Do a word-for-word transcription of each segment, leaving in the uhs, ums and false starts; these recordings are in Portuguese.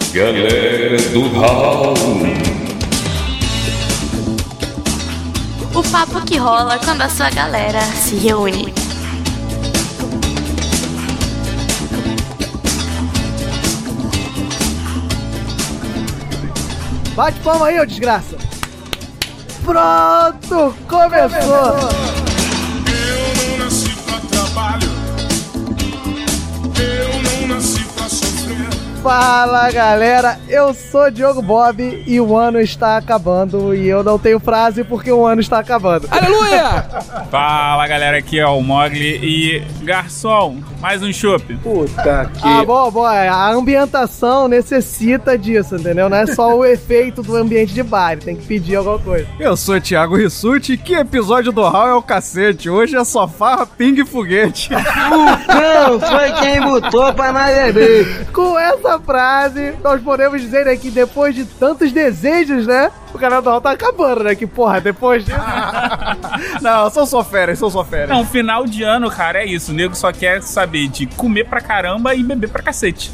Galera do Hall. O papo que rola quando a sua galera se reúne. Bate palma aí, ô desgraça. Pronto, começou. Eu não nasci pra trabalho. Eu não nasci pra sofrer. Fala, galera, eu sou Diogo Bob e o ano está acabando e eu não tenho frase porque o ano está acabando. Aleluia! Fala, galera, aqui é o Mogli e garçom, mais um chopp. Puta que... Ah, bom, bom, a ambientação necessita disso, entendeu? Não é só o efeito do ambiente de bar, tem que pedir alguma coisa. Eu sou Thiago Rissuti e que episódio do Hall é o cacete? Hoje é só farra, pingue e foguete. O cão foi quem botou pra nós beber. Com essa frase, nós podemos dizer né, que depois de tantos desejos, né? O canal do Hall tá acabando, né? Que porra, depois disso... Não, são só férias, são só férias. Não, final de ano, cara, é isso. O nego só quer saber de comer pra caramba e beber pra cacete.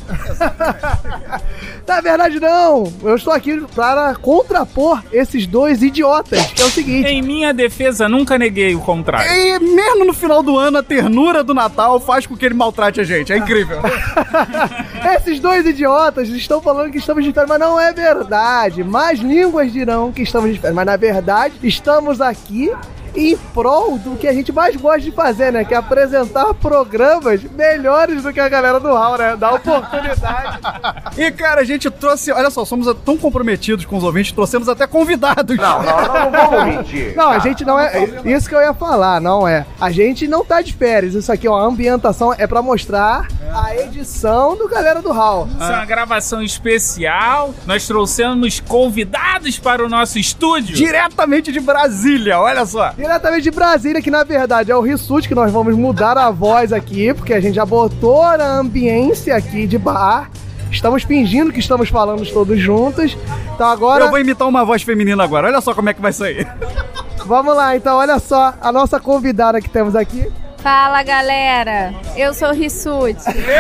Na verdade, não. Eu estou aqui para contrapor esses dois idiotas, que é o seguinte... Em minha defesa, nunca neguei o contrário. E mesmo no final do ano, a ternura do Natal faz com que ele maltrate a gente. É incrível. Esses dois idiotas estão falando que estamos de férias, mas não é verdade. Mais línguas dirão que estamos de férias, mas na verdade estamos aqui em prol do que a gente mais gosta de fazer, né? Que é apresentar programas melhores do que a galera do Hall, né? Dar oportunidade. E, cara, a gente trouxe... Olha só, somos tão comprometidos com os ouvintes, trouxemos até convidados. Não, não, não, não vamos mentir. Não, a gente não é... Isso que eu ia falar, não é. A gente não tá de férias. Isso aqui é uma ambientação, é pra mostrar a edição do galera do Hall. Isso é uma gravação especial. Nós trouxemos convidados para o nosso estúdio. Diretamente de Brasília, olha só. Diretamente de Brasília, que na verdade é o Rissuti, que nós vamos mudar a voz aqui, porque a gente já botou a ambiência aqui de bar. Estamos fingindo que estamos falando todos juntos. Então agora... Eu vou imitar uma voz feminina agora, olha só como é que vai sair. Vamos lá, então, olha só a nossa convidada que temos aqui. Fala, galera, eu sou Rissuti.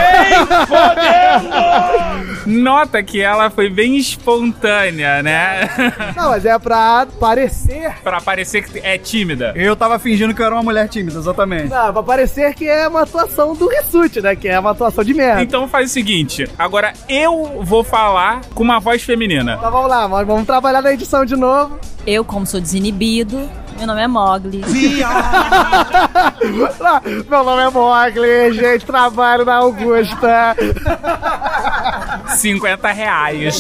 Nota que ela foi bem espontânea, né? Não, mas é pra parecer... Pra parecer que é tímida. Eu tava fingindo que eu era uma mulher tímida, exatamente. Não, pra parecer que é uma atuação do Rissuti, né? Que é uma atuação de merda. Então faz o seguinte, agora eu vou falar com uma voz feminina. Então vamos lá, mas vamos trabalhar na edição de novo. Eu, como sou desinibido, meu nome é Mogli. Meu nome é Mogli, gente, trabalho na Augusta. cinquenta reais.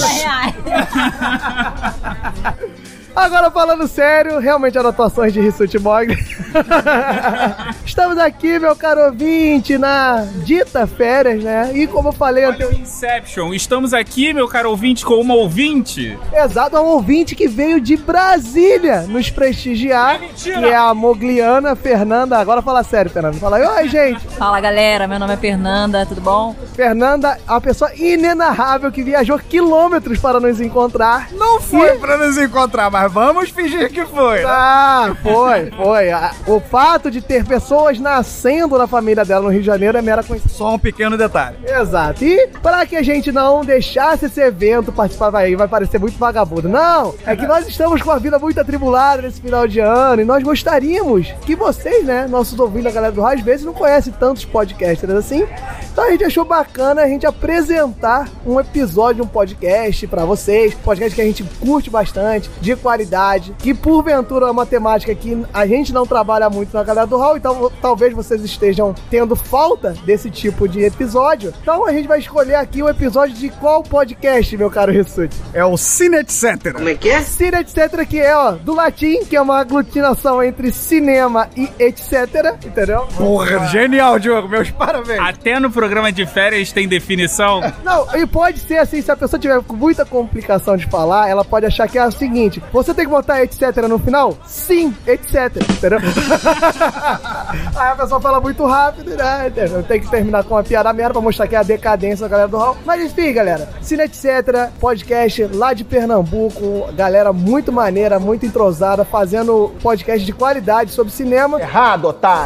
Agora falando sério, realmente eram atuações de Rissuti Mogli. Estamos aqui, meu caro ouvinte, na dita férias, né? E como eu falei Olha o Inception, estamos aqui, meu caro ouvinte, com uma ouvinte. Exato, é um ouvinte que veio de Brasília nos prestigiar, é que é a Mogliana Fernanda. Agora fala sério, Fernanda. Fala aí, oi, gente. Fala, galera, meu nome é Fernanda, tudo bom? Fernanda é uma pessoa inenarrável que viajou quilômetros para nos encontrar. Não foi e... pra nos encontrar, mas vamos fingir que foi. Ah, foi, foi. O fato de ter pessoas nascendo na família dela no Rio de Janeiro é mera coincidência. Só um pequeno detalhe. Exato. E para que a gente não deixasse esse evento participar, vai, vai parecer muito vagabundo. Não, é que nós estamos com a vida muito atribulada nesse final de ano e nós gostaríamos que vocês, né, nossos ouvintes da galera do rádio, às vezes não conhecem tantos podcasters assim. Então a gente achou bacana a gente apresentar um episódio, um podcast pra vocês, podcast que a gente curte bastante, de qualidade, que porventura é uma temática que a gente não trabalha muito na galera do Hall, então talvez vocês estejam tendo falta desse tipo de episódio. Então a gente vai escolher aqui o episódio de qual podcast, meu caro Rissuti? É o Cine Etc. Como é que é? Cine Etc, que é, ó, do latim, que é uma aglutinação entre cinema e etc, entendeu? Porra, genial, Diogo, meus parabéns. Até no programa de férias tem definição. Não, e pode ser assim, se a pessoa tiver com muita complicação de falar, ela pode achar que é o seguinte, você tem que botar etc no final? Sim, etc, entendeu? Aí a pessoa fala muito rápido, né? Tem que terminar com uma piada merda pra mostrar que é a decadência da galera do Hall. Mas enfim, galera, Cine Etc, podcast lá de Pernambuco, galera muito maneira, muito entrosada, fazendo podcast de qualidade sobre cinema. Errado, otário. Cinema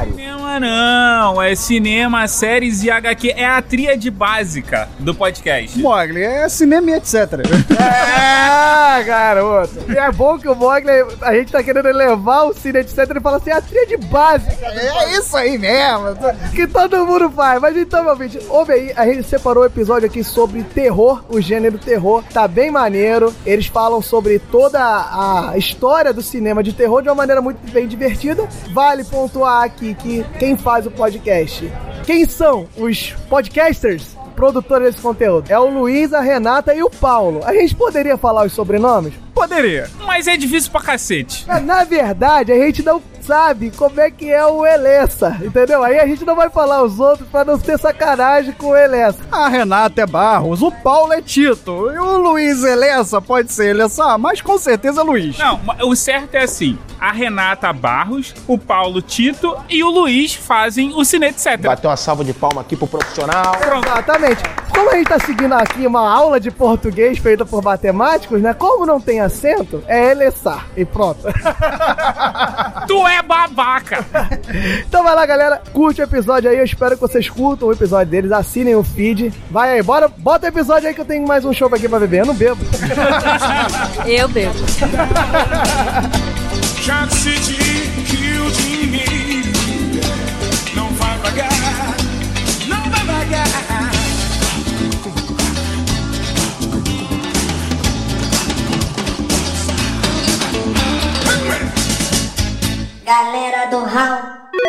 Não, não. É cinema, séries e agá quê. É a tríade básica do podcast. Mogli, é cinema e etcétera. É, garoto. E é bom que o Mogli, a gente tá querendo elevar o cine, etcétera. Ele fala assim, é a tríade básica. É isso aí mesmo. Que todo mundo faz. Mas então, meu vídeo, ouve aí, a gente separou um episódio aqui sobre terror, o gênero terror. Tá bem maneiro. Eles falam sobre toda a história do cinema de terror de uma maneira muito bem divertida. Vale pontuar aqui que quem faz o podcast, quem são os podcasters, produtores desse conteúdo? É o Luiz, a Renata e o Paulo. A gente poderia falar os sobrenomes? Poderia. Mas é difícil pra cacete. Mas, na verdade, a gente não sabe como é que é o Elessa, entendeu? Aí a gente não vai falar os outros pra não ter sacanagem com o Elessa. A Renata é Barros, o Paulo é Tito, e o Luiz Elessa pode ser Elessa, mas com certeza é Luiz. Não, o certo é assim, a Renata Barros, o Paulo Tito e o Luiz fazem o Cine Etcétera. Bateu uma salva de palma aqui pro profissional. Exatamente. Como a gente tá seguindo aqui uma aula de português feita por matemáticos, né? Como não tem acento, é Elessar. E pronto. Tu é babaca! Então vai lá, galera. Curte o episódio aí. Eu espero que vocês curtam o episódio deles. Assinem o feed. Vai aí, bora. Bota o episódio aí que eu tenho mais um show aqui pra beber. Eu não bebo. Eu bebo. Já decidi que o dinheiro não vai pagar, não vai pagar. Galera do Hall.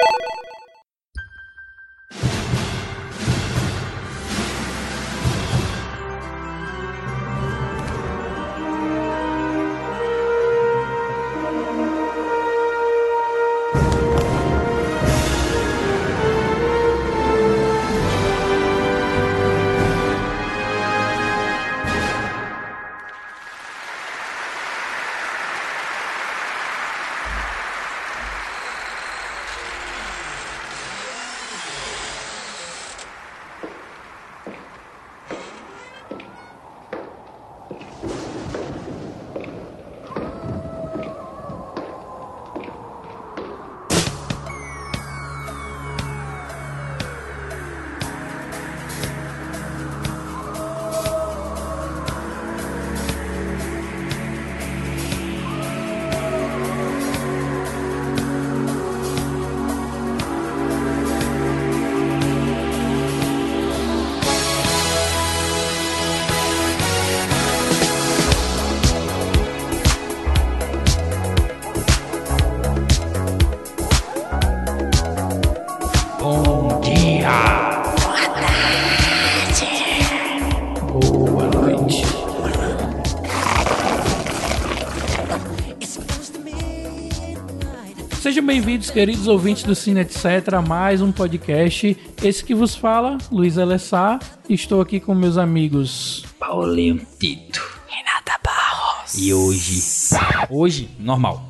Sejam bem-vindos, queridos ouvintes do Cine Etcétera, a mais um podcast. Esse que vos fala, Luiz Alessar. Estou aqui com meus amigos Paulinho Tito, Renata Barros. E hoje, hoje, normal.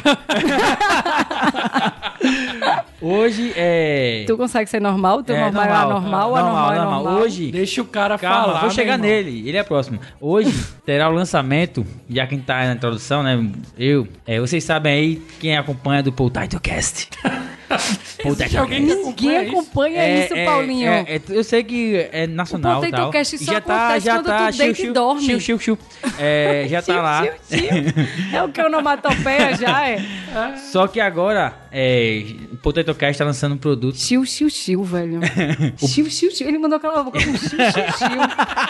Hoje é... Tu consegue ser normal? Teu é, normal, normal, é normal, normal, normal, é normal, normal. Hoje... Deixa o cara Calma, falar, vou chegar meu irmão. nele, ele é próximo. Hoje terá o lançamento, já quem tá na introdução, né? Eu, é, vocês sabem aí, quem acompanha do Paul Titlecast. Existe alguém que Ninguém acompanha é, isso, é, Paulinho. É, é, eu sei que é nacional o e tal. Titlecast só já tá, acontece já quando tá, tu deita e dorme. Chiu, chiu, chiu. É, já tá lá. É o que é onomatopeia já, é? Só que agora, é, o Potato Cast tá lançando um produto. Chiu, chiu, chiu, velho. Chiu, chiu, chiu. Ele mandou aquela boca com chiu, chiu, chiu.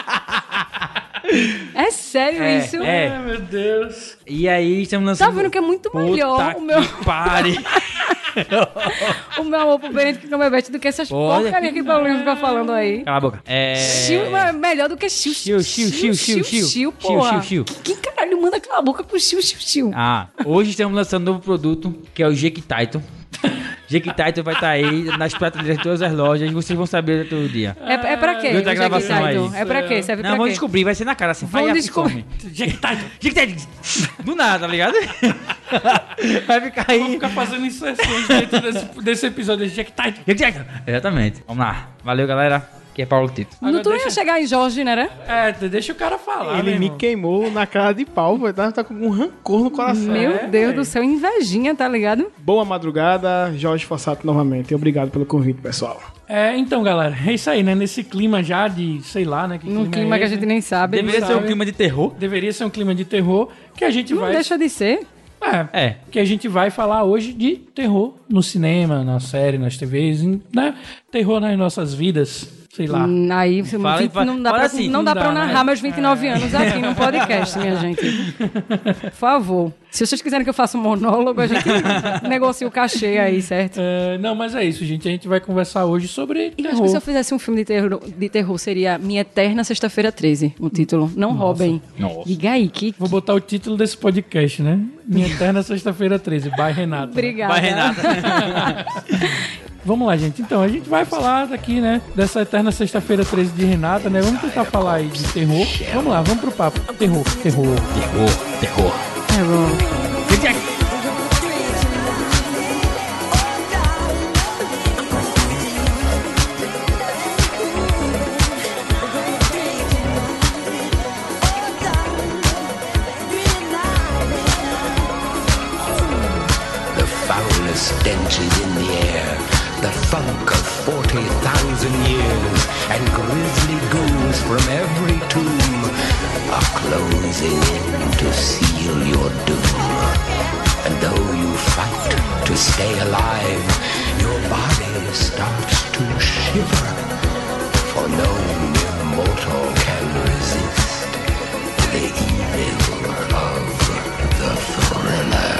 É sério É, isso? é. Ai, meu Deus. E aí, estamos lançando... Tá vendo que é muito melhor Puta o meu... que pare. o meu amor pro Benedito que não bebete do que essas Olha porcaria que o Paulinho fica falando aí. Cala a boca. É... Chiu é melhor do que chiu. Chiu, chiu, chiu, chiu, chiu. Chiu, porra. Chiu, chiu, chiu. Quem caralho manda aquela boca com chiu, chiu, chiu? Ah, hoje estamos lançando um novo produto, que é o Jequitaito. Jequitaito vai estar aí nas prateleiras de todas as lojas, vocês vão saber todo dia. É, é pra quê? Outra gravação aí. É pra quê? Serve Não, pra vamos quê? descobrir, vai ser na cara assim. Vamos vai, descobrir. Jequitaito, Jequitaito. Do nada, tá ligado? Vai ficar aí. Vamos ficar fazendo inserções dentro desse, desse episódio de Jequitaito. Jequitaito. Exatamente. Vamos lá. Valeu, galera. que é Paulo Tito. Não tu ia chegar em Jorge, né? É, deixa o cara falar. Ele né, me irmão? queimou na cara de pau, velho. Tá, tá com um rancor no coração. Meu É, Deus velho. do céu, invejinha, tá ligado? Boa madrugada, Jorge Fossato novamente. Obrigado pelo convite, pessoal. É, então, galera, é isso aí, né? Nesse clima já de, sei lá, né? Que Num clima é que a esse? gente nem sabe. Deveria não ser um sabe. clima de terror. Deveria ser um clima de terror que a gente Não vai... deixa de ser. É, É. que a gente vai falar hoje de terror no cinema, na série, nas T Vs, em- né? Terror nas nossas vidas, sei lá. Hum, Aí você Fala- vinte fala- não dá fala pra, assim, não não dá dá, pra eu narrar né? meus vinte e nove anos aqui no podcast, minha gente. Por favor. Se vocês quiserem que eu faça um monólogo, a gente negocia o cachê aí, certo? É, não, mas é isso, gente. A gente vai conversar hoje sobre Eu acho terror. que se eu fizesse um filme de terror, de terror seria Minha Eterna Sexta-feira treze, o título. Não roubem. Nossa. Diga aí, que... Vou botar o título desse podcast, né? Minha Eterna Sexta-feira treze, by Renata. Obrigada. Vai, Renata. Vamos lá, gente. Então, a gente vai falar daqui, né? Dessa Eterna Sexta-feira treze de Renata, né? Vamos tentar falar aí de terror. Vamos lá, vamos pro papo. Terror, terror. Terror, terror. Terror. The foulest stench is in the air, the funk of forty thousand years, and grisly ghouls from every tomb are closing in to seal your doom. And though you fight to stay alive, your body starts to shiver, for no mere mortal can resist the evil of the thriller.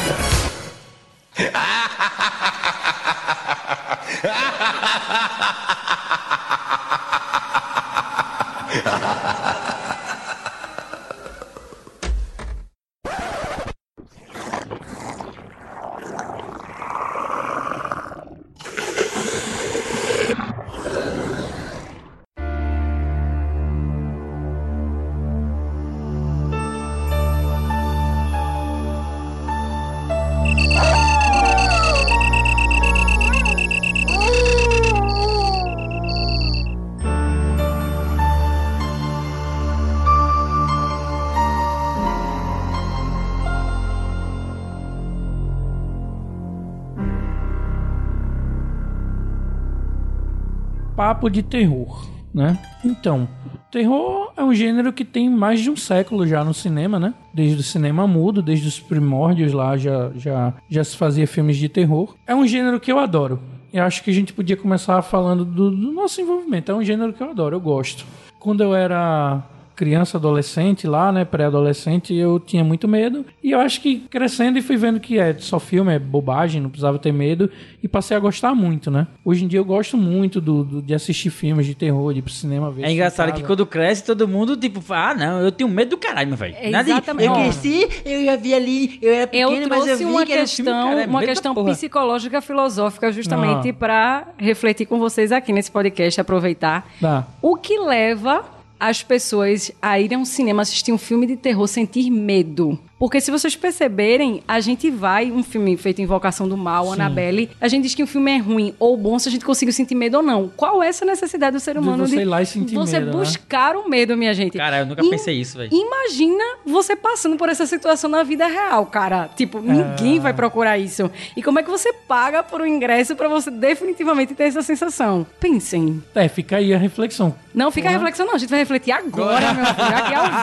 Papo de terror, né? Então, terror é um gênero que tem mais de um século já no cinema, né? Desde o cinema mudo, desde os primórdios lá já, já, já se fazia filmes de terror. É um gênero que eu adoro. Eu acho que a gente podia começar falando do, do nosso envolvimento. É um gênero que eu adoro, eu gosto. Quando eu era criança, adolescente lá, né, pré-adolescente, eu tinha muito medo, e eu acho que crescendo e fui vendo que é só filme, é bobagem, não precisava ter medo, e passei a gostar muito, né. Hoje em dia eu gosto muito do, do, de assistir filmes de terror, de ir pro cinema ver. É engraçado que quando cresce, todo mundo, tipo, fala, ah, não, eu tenho medo do caralho, meu velho. Nada de- Exatamente. Eu Ó. cresci, eu já vi ali, eu era pequeno, Eu mas eu trouxe vi uma que era um filme, questão, cara, é uma medo da questão porra. psicológica filosófica justamente Ah. pra refletir com vocês aqui nesse podcast, aproveitar. Tá. O que leva as pessoas a irem ao cinema assistir um filme de terror sentir medo? Porque se vocês perceberem, a gente vai, um filme feito Invocação do Mal, Sim. Annabelle, a gente diz que um filme é ruim ou bom se a gente conseguiu sentir medo ou não. Qual é essa necessidade do ser humano você ir lá e sentir você medo, né? buscar o medo, minha gente? Cara, eu nunca Im- pensei isso, velho. Imagina você passando por essa situação na vida real, cara. Tipo, ninguém vai procurar isso. E como é que você paga por um ingresso pra você definitivamente ter essa sensação? Pensem. É, fica aí a reflexão. Não fica a reflexão, não. A gente vai refletir agora, meu filho. Aqui ao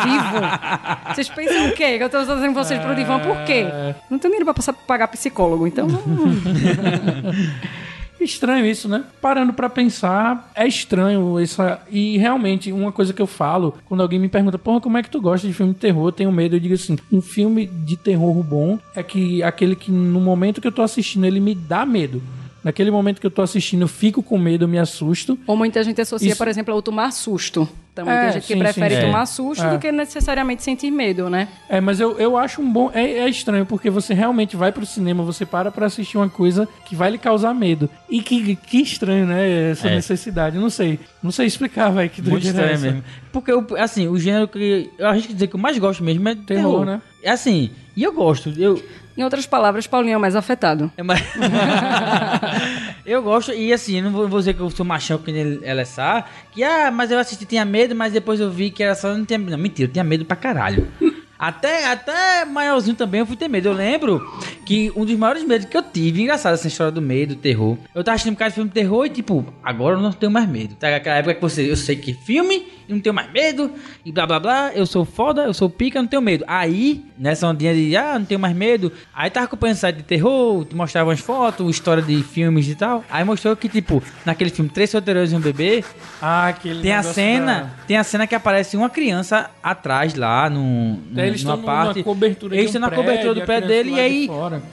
vivo. Vocês pensam o quê? Que eu tô trazendo vocês pro divã por quê? Não tenho dinheiro pra passar, pagar psicólogo, então... Estranho isso, né? Parando pra pensar, é estranho essa... E realmente, uma coisa que eu falo, quando alguém me pergunta, porra, como é que tu gosta de filme de terror? Eu tenho medo, eu digo assim, um filme de terror bom é que aquele que no momento que eu tô assistindo, ele me dá medo. Naquele momento que eu tô assistindo, eu fico com medo, eu me assusto. Ou muita gente associa, Isso- por exemplo, ao tomar susto. Também É, tem gente que sim, prefere sim, tomar é. susto É. do que necessariamente sentir medo, né? É, mas eu, eu acho um bom... É, é estranho, porque você realmente vai pro cinema, você para pra assistir uma coisa que vai lhe causar medo. E que, que estranho, né? Essa É. necessidade. Eu não sei. Não sei explicar, velho, que Muito doideira é estranho essa. mesmo. Porque, eu, assim, o gênero que eu acho que dizer que eu mais gosto mesmo é terror, Terror, né? É assim, e eu gosto. Eu, Em outras palavras, Paulinho é o mais afetado. é mais... Eu gosto, e assim, eu não vou, vou dizer que eu sou machão que nem ela é sá, que, ah, mas eu assisti, tinha medo, mas depois eu vi que era só, não tinha medo. Não, mentira, eu tinha medo pra caralho. Até, até maiorzinho também eu fui ter medo. Eu lembro que um dos maiores medos que eu tive, engraçado essa história do medo, do terror. Eu tava assistindo um cara de filme de terror e tipo, agora eu não tenho mais medo. Tá aquela época que você, eu sei que filme, eu não tenho mais medo, e blá blá blá, eu sou foda, eu sou pica, eu não tenho medo. Aí, nessa ondinha de, ah, não tenho mais medo, aí tava acompanhando site de terror, mostrava umas fotos, história de filmes e tal. Aí mostrou que, tipo, naquele filme Três Solteiros e um Bebê, ah, aquele tem a cena, da... tem a cena que aparece uma criança atrás lá, no, no, eles numa estão parte. Na cobertura eles de um estão na prédio, cobertura do pé dele e aí...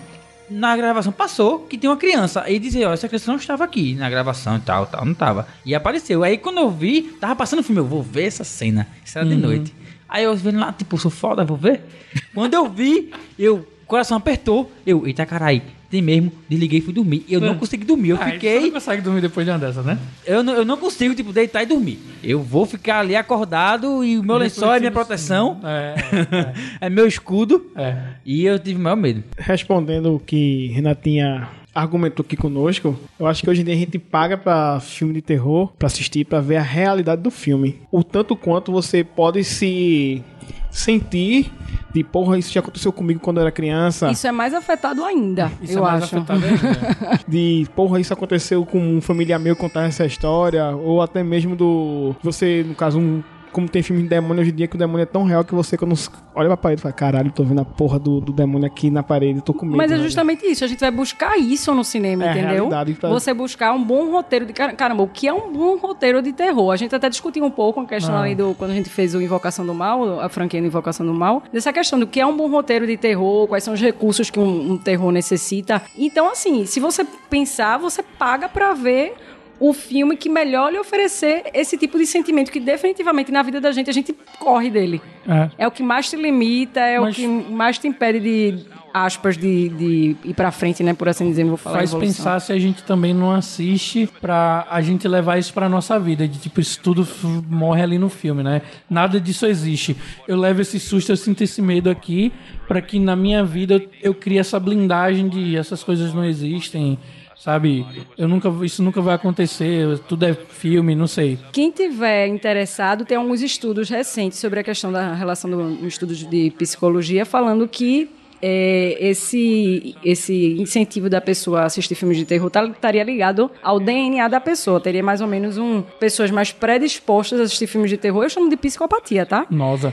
Na gravação passou que tem uma criança. Aí dizia, ó, essa criança não estava aqui na gravação e tal, tal, não tava. E apareceu. Aí quando eu vi, tava passando o filme, eu vou ver essa cena. Isso era de Uhum. noite. Aí eu vendo lá, tipo, sou foda, vou ver. Quando eu vi, eu, o coração apertou. Eu, eita carai, tem mesmo, desliguei e fui dormir. Eu não consegui dormir, eu ah, fiquei... Você não consegue dormir depois de uma dessa, né? Eu não, eu não consigo, tipo, deitar e dormir. Eu vou ficar ali acordado e o meu lençol é minha proteção. É, é. é meu escudo. É. E eu tive o maior medo. Respondendo o que Renatinha argumentou aqui conosco, eu acho que hoje em dia a gente paga pra filme de terror, pra assistir, pra ver a realidade do filme. O tanto quanto você pode se sentir de, porra, isso já aconteceu comigo quando eu era criança. Isso é mais afetado ainda, Isso eu é mais acho. afetado ainda. De, porra, isso aconteceu com um familiar meu contar essa história, ou até mesmo do... Você, no caso, um... Como tem filme de demônio hoje em dia, que o demônio é tão real que você, quando olha pra parede, fala, caralho, tô vendo a porra do, do demônio aqui na parede, tô com medo. Mas é velho. justamente isso, a gente vai buscar isso no cinema, É a entendeu? realidade pra- Você buscar um bom roteiro de... car- Caramba, o que é um bom roteiro de terror? A gente até discutiu um pouco a questão Ah. ali do... Quando a gente fez o Invocação do Mal, a franquia do Invocação do Mal, dessa questão do que é um bom roteiro de terror, quais são os recursos que um, um terror necessita. Então, assim, se você pensar, você paga pra ver o filme que melhor lhe oferecer esse tipo de sentimento que definitivamente na vida da gente a gente corre dele. É. É o que mais te limita, é Mas- o que mais te impede de, aspas, de, de ir pra frente, né? Por assim dizer, não vou falar Faz evolução. pensar se a gente também não assiste pra a gente levar isso pra nossa vida. De tipo, isso tudo f- morre ali no filme, né? Nada disso existe. Eu levo esse susto, eu sinto esse medo aqui pra que na minha vida eu, eu crie essa blindagem de essas coisas não existem, sabe? Eu nunca, isso nunca vai acontecer, tudo é filme, não sei. Quem tiver interessado, tem alguns estudos recentes sobre a questão da relação do um estudo de psicologia falando que é, esse, esse incentivo da pessoa a assistir filmes de terror tá- estaria ligado ao D N A da pessoa. Teria mais ou menos um pessoas mais predispostas a assistir filmes de terror. Eu chamo de psicopatia, tá? Nossa.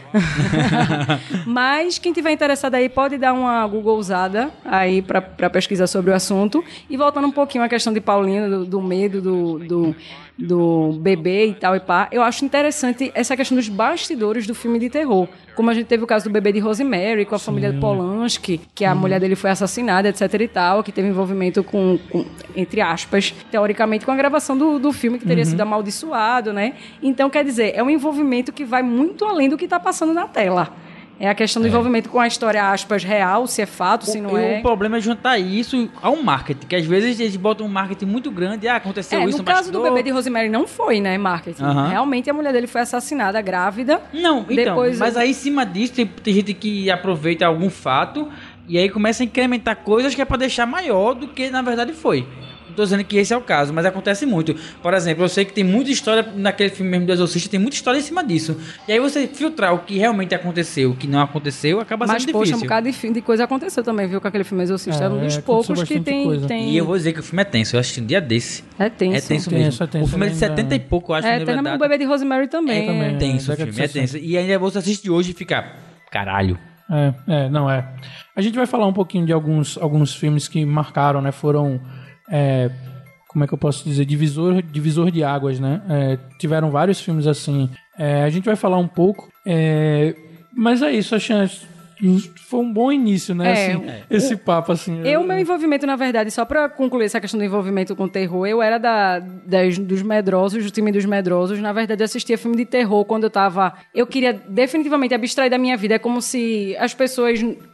Mas quem tiver interessado aí pode dar uma googleusada aí pra, pra pesquisar sobre o assunto. E voltando um pouquinho à questão de Paulinho, do, do medo do, do, do bebê e tal e pá, eu acho interessante essa questão dos bastidores do filme de terror. Como a gente teve o caso do bebê de Rosemary com a família de Polanski, que a mulher dele foi assassinada, etc e tal, que teve envolvimento com, com entre aspas, teoricamente, com a gravação do, do filme, que teria Uhum. sido amaldiçoado, né? Então, quer dizer, é um envolvimento que vai muito além do que está passando na tela. É a questão do envolvimento com a história, aspas, real, se é fato, se não o, é. O problema é juntar isso ao marketing, que às vezes eles botam um marketing muito grande, ah, aconteceu É, isso no no caso do bastidor. bebê de Rosemary não foi, né, marketing. Aham. Realmente a mulher dele foi assassinada, grávida. Não, então, Depois- mas aí em cima disso tem, tem gente que aproveita algum fato e aí começa a incrementar coisas que é pra deixar maior do que na verdade foi. Não tô dizendo que esse é o caso, mas acontece muito. Por exemplo, eu sei que tem muita história naquele filme mesmo do Exorcista, tem muita história em cima disso. E aí você filtrar o que realmente aconteceu, o que não aconteceu, acaba Mas, sendo poxa, difícil. um bocado de, fi- de coisa aconteceu também, viu? Com aquele filme Exorcista. É, É um dos aconteceu poucos que bastante tem, coisa. tem... E eu vou dizer que o filme é tenso, eu assisti um dia desse. É tenso. É tenso Tenso, mesmo. é tenso, o filme é de ainda- setenta e pouco, eu acho, É, não tem lembro a também o data. bebê de Rosemary também. É, também. É tenso o década filme, é de sessenta. tenso. E ainda você assiste hoje e fica, caralho. É, é, não é. A gente vai falar um pouquinho de alguns, alguns filmes que marcaram, né? Foram, é, como é que eu posso dizer? Divisor, divisor de águas, né? É, tiveram vários filmes assim. É, a gente vai falar um pouco. É, mas é isso, a chance. Foi um bom início, né? É, assim, esse papo, assim. Eu, meu envolvimento, na verdade, só pra concluir essa questão do envolvimento com terror, eu era da, das, dos medrosos, do time dos medrosos. Na verdade, eu assistia filme de terror quando eu tava... Eu queria definitivamente abstrair da minha vida. É como se as pessoas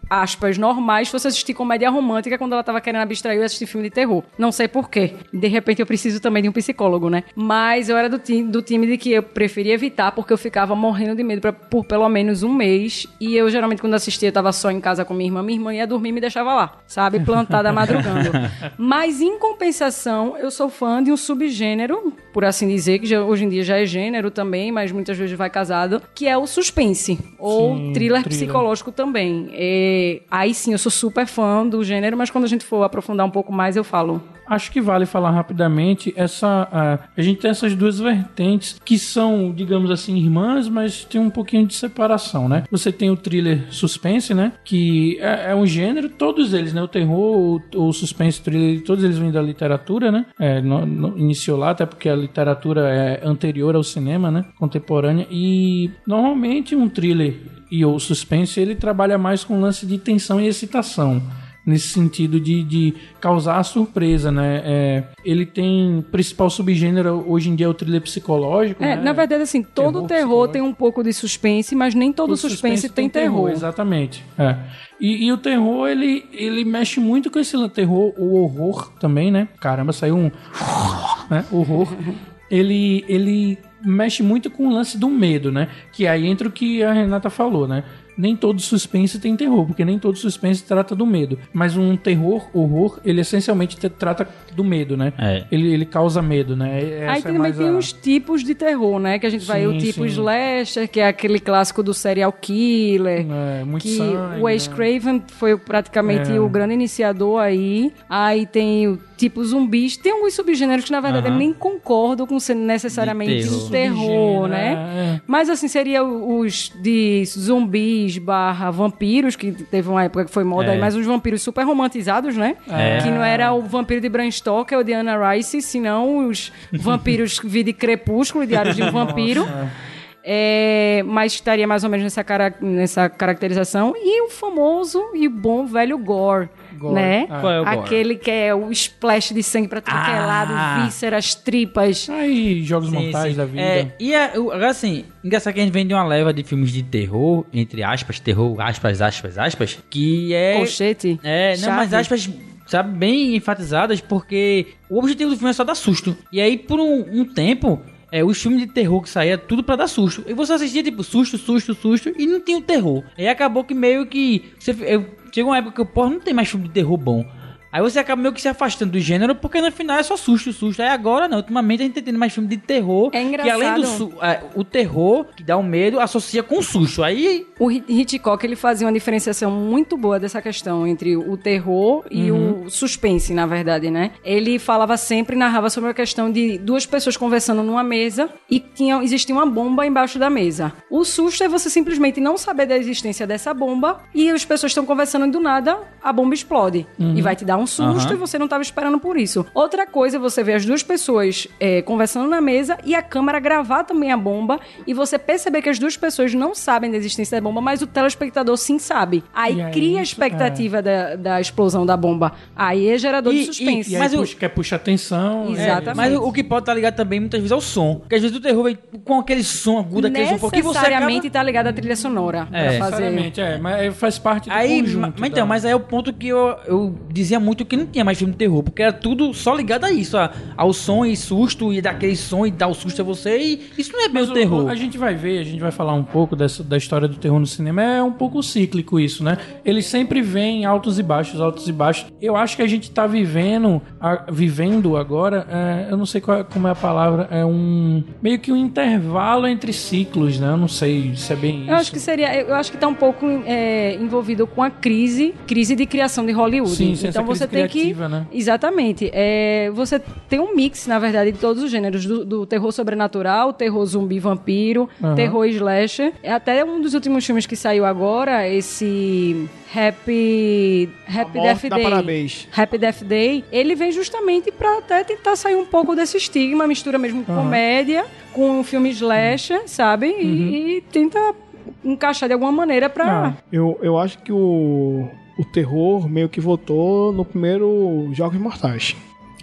aspas, normais fosse assistir comédia romântica quando ela tava querendo abstrair e assistir filme de terror. Não sei porquê. De repente eu preciso também de um psicólogo, né? Mas eu era do time, do time de que eu preferia evitar porque eu ficava morrendo de medo pra, por pelo menos um mês. E eu geralmente quando assistia eu tava só em casa com minha irmã. Minha irmã ia dormir e me deixava lá, sabe? Plantada madrugando. Mas em compensação, eu sou fã de um subgênero, por assim dizer, que já, hoje em dia já é gênero também, mas muitas vezes vai casado, que é o suspense. Ou Sim, thriller, thriller psicológico também. É, aí sim, eu sou super fã do gênero, mas quando a gente for aprofundar um pouco mais, eu falo. Acho que vale falar rapidamente essa... A, a gente tem essas duas vertentes que são, digamos assim, irmãs, mas tem um pouquinho de separação, né? Você tem o thriller suspense, né? Que é, é um gênero, todos eles, né? O terror, o, o suspense, o thriller, todos eles vêm da literatura, né? É, no, no, iniciou lá, até porque a literatura é anterior ao cinema, né? Contemporânea. E normalmente um thriller e o suspense, ele trabalha mais com lance de tensão e excitação. Nesse sentido de, de causar surpresa, né? É, ele tem principal subgênero hoje em dia é o thriller psicológico. É, né? na verdade, assim, todo terror, terror tem um pouco de suspense, mas nem todo, todo suspense, suspense tem, tem terror. terror. Exatamente. É. E, e o terror, ele, ele mexe muito com esse terror, o horror também, né? Caramba, saiu um... né? Horror. Ele, ele mexe muito com o lance do medo, né? Que aí entra o que a Renata falou, né? Nem todo suspense tem terror, porque nem todo suspense trata do medo. Mas um terror, horror, ele essencialmente te, trata do medo, né? É. Ele, ele causa medo, né? Essa aí também é tem a... os tipos de terror, né? Que a gente sim, vai, o tipo sim. slasher, que é aquele clássico do serial killer. É, muito que sangue, o Wes né? Craven foi praticamente é. o grande iniciador aí. Aí tem o tipo zumbis. Tem alguns subgêneros que, na verdade, uh-huh. eu nem concordo com ser necessariamente de terror, terror né? É. Mas, assim, seria os de zumbis barra vampiros, que teve uma época que foi moda, é. aí, mas uns vampiros super romantizados, né? É. Que não era o vampiro de Bram Stoker ou de Anne Rice, senão os vampiros vi de Crepúsculo, Diários de um Vampiro. É, mas estaria mais ou menos nessa, cara, nessa caracterização. E o famoso e bom velho gore. Gore. Né? Ah. Qual é o gore? Aquele que é o splash de sangue pra tudo que é lado, vísceras, tripas. Aí, jogos sim, mortais sim. da vida. É, e a, agora assim, engraçado que a gente vem de uma leva de filmes de terror, entre aspas, terror, aspas, aspas, aspas, que é... Colchete. É, não, chave. mas aspas... sabe, bem enfatizadas, porque o objetivo do filme é só dar susto. E aí, por um, um tempo, é, os filmes de terror que saía, tudo pra dar susto. E você assistia, tipo, susto, susto, susto, e não tinha o terror. E aí acabou que meio que... Você, eu, chegou uma época que eu, porra, não tem mais filme de terror bom. Aí você acaba meio que se afastando do gênero, porque no final é só susto, susto. Aí agora não, ultimamente a gente tá tendo mais filme de terror. É engraçado. Que além do su- é, o terror, que dá um medo, associa com susto. Aí... O Hitchcock, ele fazia uma diferenciação muito boa dessa questão entre o terror e uhum. o suspense, na verdade, né? Ele falava sempre, narrava sobre a questão de duas pessoas conversando numa mesa e tinha, existia uma bomba embaixo da mesa. O susto é você simplesmente não saber da existência dessa bomba e as pessoas estão conversando e do nada a bomba explode. Uhum. E vai te dar um susto uhum. e você não estava esperando por isso. Outra coisa é você ver as duas pessoas é, conversando na mesa e a câmera gravar também a bomba e você perceber que as duas pessoas não sabem da existência da bomba, mas o telespectador sim sabe. Aí, aí cria a expectativa é. da, da explosão da bomba. Aí é gerador e, de suspense. E, e mas puxa, o... quer puxar atenção. Exatamente. É, mas o, o que pode estar ligado também muitas vezes é o som. Porque às vezes o terror vem com aquele som agudo, aquele som porque você necessariamente acaba... tá ligado à trilha sonora. É, pra fazer. Necessariamente, é. Mas faz parte do aí, conjunto. Mas, então, da... mas aí é o ponto que eu, eu dizia muito que não tinha mais filme de terror, porque era tudo só ligado a isso, a, ao som e susto, e daquele som e dar o susto a você, e isso não é bem o terror. O, a gente vai ver, a gente vai falar um pouco dessa, da história do terror no cinema, é um pouco cíclico isso, né? Ele sempre vem altos e baixos, altos e baixos. Eu acho que a gente tá vivendo, a, vivendo agora, é, eu não sei qual, como é a palavra, é um, meio que um intervalo entre ciclos, né? Eu não sei se é bem isso. Eu acho que seria, eu acho que tá um pouco é, envolvido com a crise, crise de criação de Hollywood. Sim, então você tem que, né? Exatamente. É, você tem um mix, na verdade, de todos os gêneros, do, do terror sobrenatural, terror zumbi vampiro, uhum. terror slasher. É até um dos últimos filmes que saiu agora, esse Happy, Happy Death Day. Parabéns. Happy Death Day, ele vem justamente pra até tentar sair um pouco desse estigma, mistura mesmo com uhum. comédia, com um filme slasher, sabe? Uhum. E, e tenta encaixar de alguma maneira pra... Ah, eu, eu acho que o... o terror meio que voltou no primeiro Jogos Mortais.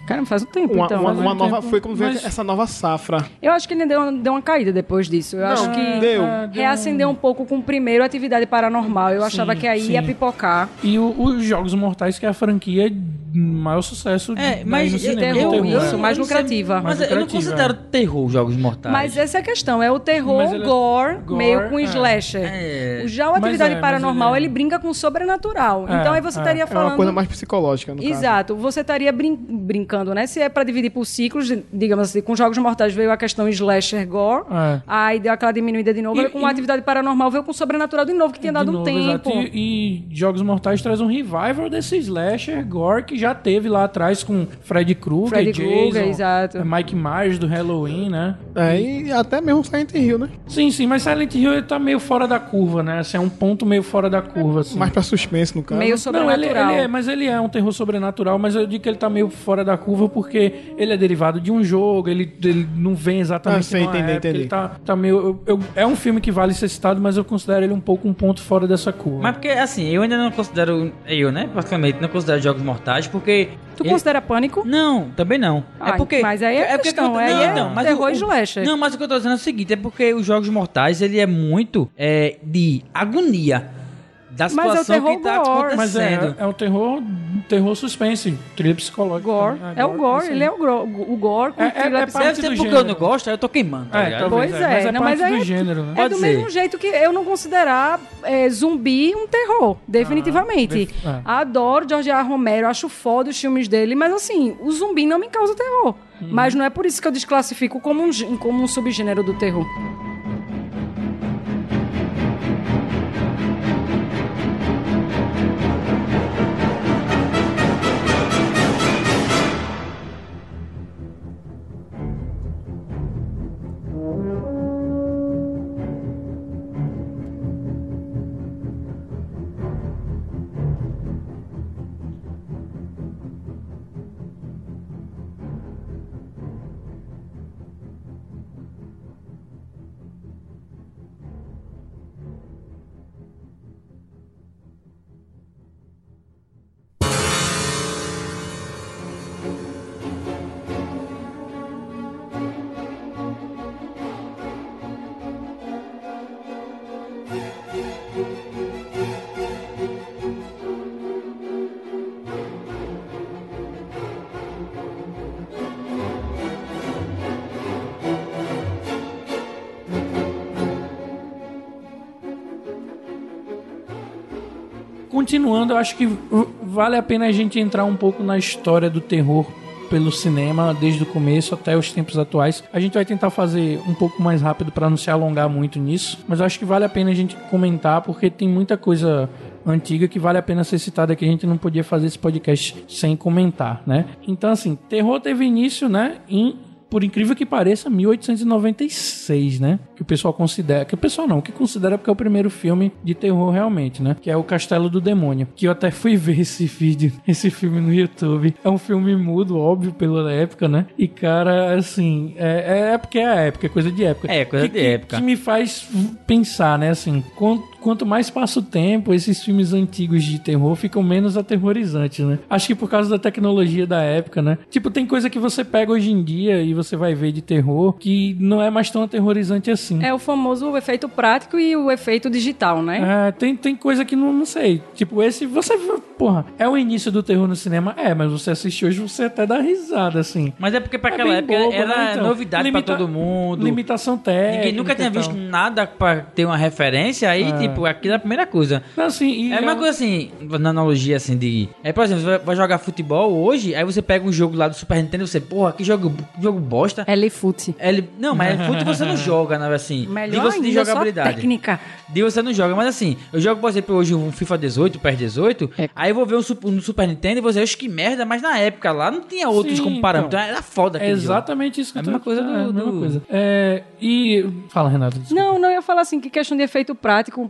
Cara, faz um tempo, Uma, então. uma, né? uma nova, Tempo. foi como ver Mas essa nova safra. Eu acho que ele deu, deu uma caída depois disso. Eu Não, acho que deu. é, reacendeu um pouco com o primeiro Atividade Paranormal. Eu Sim, achava que aí sim. ia pipocar. E o- os Jogos Mortais, que é a franquia de maior sucesso É, daí mas no eu- cinema. terror, do terror, isso, é. mais eu não sei, lucrativa. Mas Mais eu não lucrativa, considero é. terror Jogos Mortais. Mas essa é a questão, é o terror Mas ele é- gore, gore, meio com é. slasher. É. O Já o Mas Atividade é, mas Paranormal, ele ele, é- brinca com o sobrenatural. É, Então aí você é. estaria É falando... uma coisa mais psicológica, no caso. Exato. Você estaria brin- brincando, né? Se é pra dividir por ciclos, digamos assim, com Jogos Mortais veio a questão slasher gore, É. aí deu aquela diminuída de novo, E- aí com e- a Atividade Paranormal veio com o sobrenatural de novo, que tinha De dado um novo, tempo. exato. E, e Jogos Mortais traz um revival desse slasher gore que já teve lá atrás com Freddy Krueger, Freddy Jason, Krueger, exato. Mike Myers do Halloween, né? É, e até mesmo Silent Hill, né? Sim, sim, mas Silent Hill ele tá meio fora da curva, né? Assim, é um ponto meio fora da curva, assim. Mais pra suspense, no caso. Meio Não, ele, sobrenatural. ele é, mas ele é um terror sobrenatural, mas eu digo que ele tá meio fora da curva porque ele é derivado de um jogo, ele, ele não vem exatamente Ah, sei, numa entendi, época, entendi. ele tá, tá meio... eu- eu- é um filme que vale ser citado, mas eu considero ele um pouco um ponto fora dessa curva. Mas porque, assim, eu ainda não considero... Eu, né? Basicamente, não considero Jogos Mortais porque... Tu ele- considera Pânico? Não, também não. Ah, é porque... mas aí é porque questão, eu- aí não, é não, mas terror o- e slasher. Não, mas o que eu tô dizendo é o seguinte, é porque os Jogos Mortais, ele é muito é, de agonia da Mas é o situação terror que tá gore. Mas acontecendo. é, é um terror, um terror suspense, trilha psicológica. Gore. também. É o gore, isso ele é o, gro- o gore com É- é- thriller é psicológico. Deve parte ser do porque gênero. eu não gosto, aí eu tô queimando, tá É, ligado? talvez. Pois é, mas é, é não, parte mas aí do é- gênero, né? É Pode do ser. mesmo jeito que eu não considerar é, zumbi um terror, definitivamente. Ah, é. Adoro George R. R. Romero, acho foda os filmes dele, mas assim, o zumbi não me causa terror. Uhum. Mas não é por isso que eu desclassifico como um, gê- como um subgênero do terror. Continuando, eu acho que v- vale a pena a gente entrar um pouco na história do terror pelo cinema, desde o começo até os tempos atuais. A gente vai tentar fazer um pouco mais rápido para não se alongar muito nisso, mas eu acho que vale a pena a gente comentar, porque tem muita coisa antiga que vale a pena ser citada, que a gente não podia fazer esse podcast sem comentar, né? Então, assim, terror teve início, né, em, por incrível que pareça, mil oitocentos e noventa e seis, né? Que o pessoal considera... Que o pessoal não, que considera porque é o primeiro filme de terror realmente, né? Que é o Castelo do Demônio. Que eu até fui ver esse vídeo, esse filme no YouTube. É um filme mudo, óbvio, pela época, né? E, cara, assim... É, é porque é a época, é coisa de época. É, coisa que, de que- época. Que me faz pensar, né? Assim, quanto, quanto mais passa o tempo, esses filmes antigos de terror ficam menos aterrorizantes, né? Acho que por causa da tecnologia da época, né? Tipo, tem coisa que você pega hoje em dia e você vai ver de terror que não é mais tão aterrorizante assim. É o famoso efeito prático e o efeito digital, né? É, tem, tem coisa que não, não sei. Tipo, esse você... Porra, é o início do terror no cinema? É, mas você assiste hoje, você até dá risada, assim. Mas é porque pra É aquela bem época bobo, era né? Então, novidade limita- pra todo mundo. Limitação técnica. Ninguém nunca tinha e tal. visto nada pra ter uma referência, aí, É. tipo, aquilo é a primeira coisa. Não, assim, e É uma é- coisa assim, na analogia assim de. É, por exemplo, você vai- vai jogar futebol hoje, aí você pega um jogo lá do Super Nintendo e você, porra, que jogo, que jogo bosta. L-Foot. L... Não, mas L-Foot você não joga, né? Assim, Melhor diga-se de ainda, só jogabilidade. técnica. De você não joga, mas assim, eu jogo, por exemplo, hoje um FIFA dezoito, P E S dezoito, aí eu vou ver um, Sup- um Super Nintendo e vou dizer, "Oxe, que merda", mas na época lá não tinha outros Sim, como parâmetro, então. era foda É aquele jogo. exatamente isso que É a eu tô mesma coisa do- é, a mesma do- coisa. É, e... Fala, Renato. desculpa. Não, não, eu ia falar assim, que questão de efeito prático,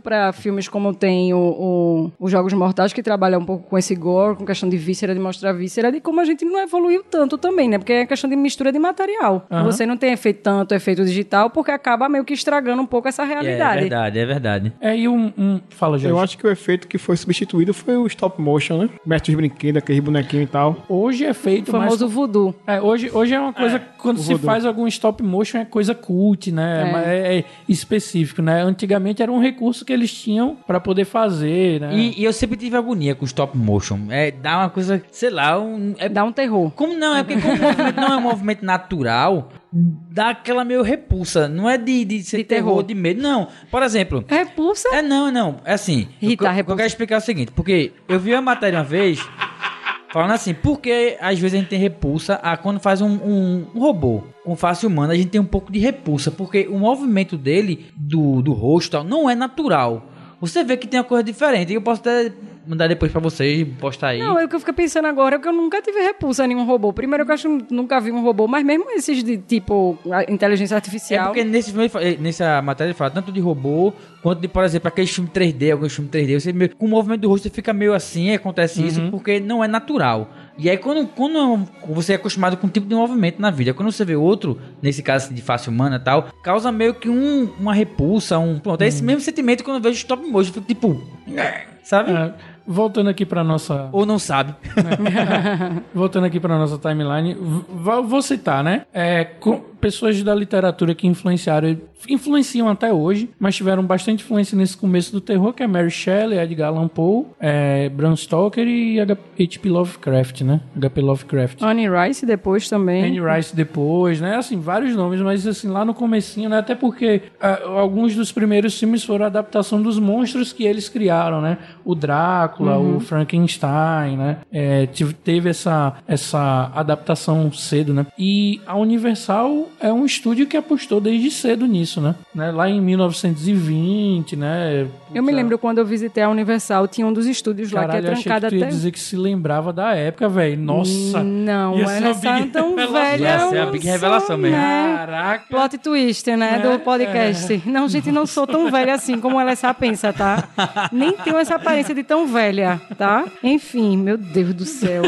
pra filmes como tem o, o, os Jogos Mortais, que trabalha um pouco com esse gore, com questão de víscera, de mostrar víscera, de como a gente não evoluiu tanto também, né? Porque é questão de mistura de material. Aham. Você não tem efeito, tanto efeito digital, porque acaba meio que estragando um pouco essa É, realidade. é verdade, é verdade. É, e um... um... Fala, Jorge. Eu acho que o efeito que foi substituído foi o stop motion, né? Mestre dos brinquedos, aquele bonequinho e tal. Hoje é feito O famoso mais... voodoo. É, hoje, hoje é uma coisa, quando o se voodoo. faz algum stop motion, é coisa cult, né? É. Mas É, é específico, né? Antigamente era um recurso que eles tinham pra poder fazer, né? E, e eu sempre tive agonia com stop motion. É, dá uma coisa, sei lá, um, é, Dá um terror. como não, é porque como o movimento não é um movimento natural, dá aquela meio repulsa. Não é de, de ser De terror, terror. de medo, não. Por exemplo, Repulsa? é não, é não. É assim, Rita, eu, eu, repulsa. eu quero explicar o seguinte, porque eu vi uma matéria uma vez falando assim, porque às vezes a gente tem repulsa a quando faz um, um, um robô com face humana, a gente tem um pouco de repulsa, porque o movimento dele, do, do rosto e tal, não é natural. Você vê que tem uma coisa diferente. E eu posso até mandar depois pra vocês, postar aí. Não, é o que eu fico pensando agora é que eu nunca tive repulsa a nenhum robô. Primeiro que eu acho que nunca vi um robô, mas mesmo esses de tipo a inteligência É artificial. porque nesse filme, ele fala- eh, nessa matéria ele fala tanto de robô, quanto de, por exemplo, aqueles filmes três D, alguns filmes três D, você meio, com o movimento do rosto você fica meio assim, acontece isso, porque não é natural. E aí quando, quando você é acostumado com um tipo de movimento na vida, quando você vê outro, nesse caso assim, de face humana e tal, causa meio que um, uma repulsa, um... Pronto, é esse mesmo sentimento quando eu vejo stop motion, eu fico tipo... Sabe? É, voltando aqui pra nossa... Ou não sabe. Voltando aqui para nossa timeline, v- v- vou citar, né? É, com pessoas da literatura que influenciaram, influenciam até hoje, mas tiveram bastante influência nesse começo do terror, que é Mary Shelley, Edgar Allan Poe, é, Bram Stoker e H P Lovecraft, né? H P Lovecraft. Annie Rice depois também. Anne Rice depois, né? Assim, vários nomes, mas assim, lá no comecinho, né? Até porque ah, alguns dos primeiros filmes foram a adaptação dos monstros que eles criaram, né? O Drácula, Uhum. o Frankenstein, né? É, tive- teve essa, essa adaptação cedo, né? E a Universal é um estúdio que apostou desde cedo nisso, né? né? Lá em mil novecentos e vinte, né? Eu me lembro quando eu visitei a Universal, tinha um dos estúdios lá Caralho, que é achei trancado que tu ia até... dizer que se lembrava da época, velho. Nossa! Não, Ia ser ela uma está big tão revelação. velha. Ia ser a eu big sou, revelação mesmo. né? Caraca! Plot twist, né, do podcast. Não, gente, não sou tão velha assim como ela essa pensa, tá? Nem tenho essa aparência de tão velha, tá? Enfim, meu Deus do céu.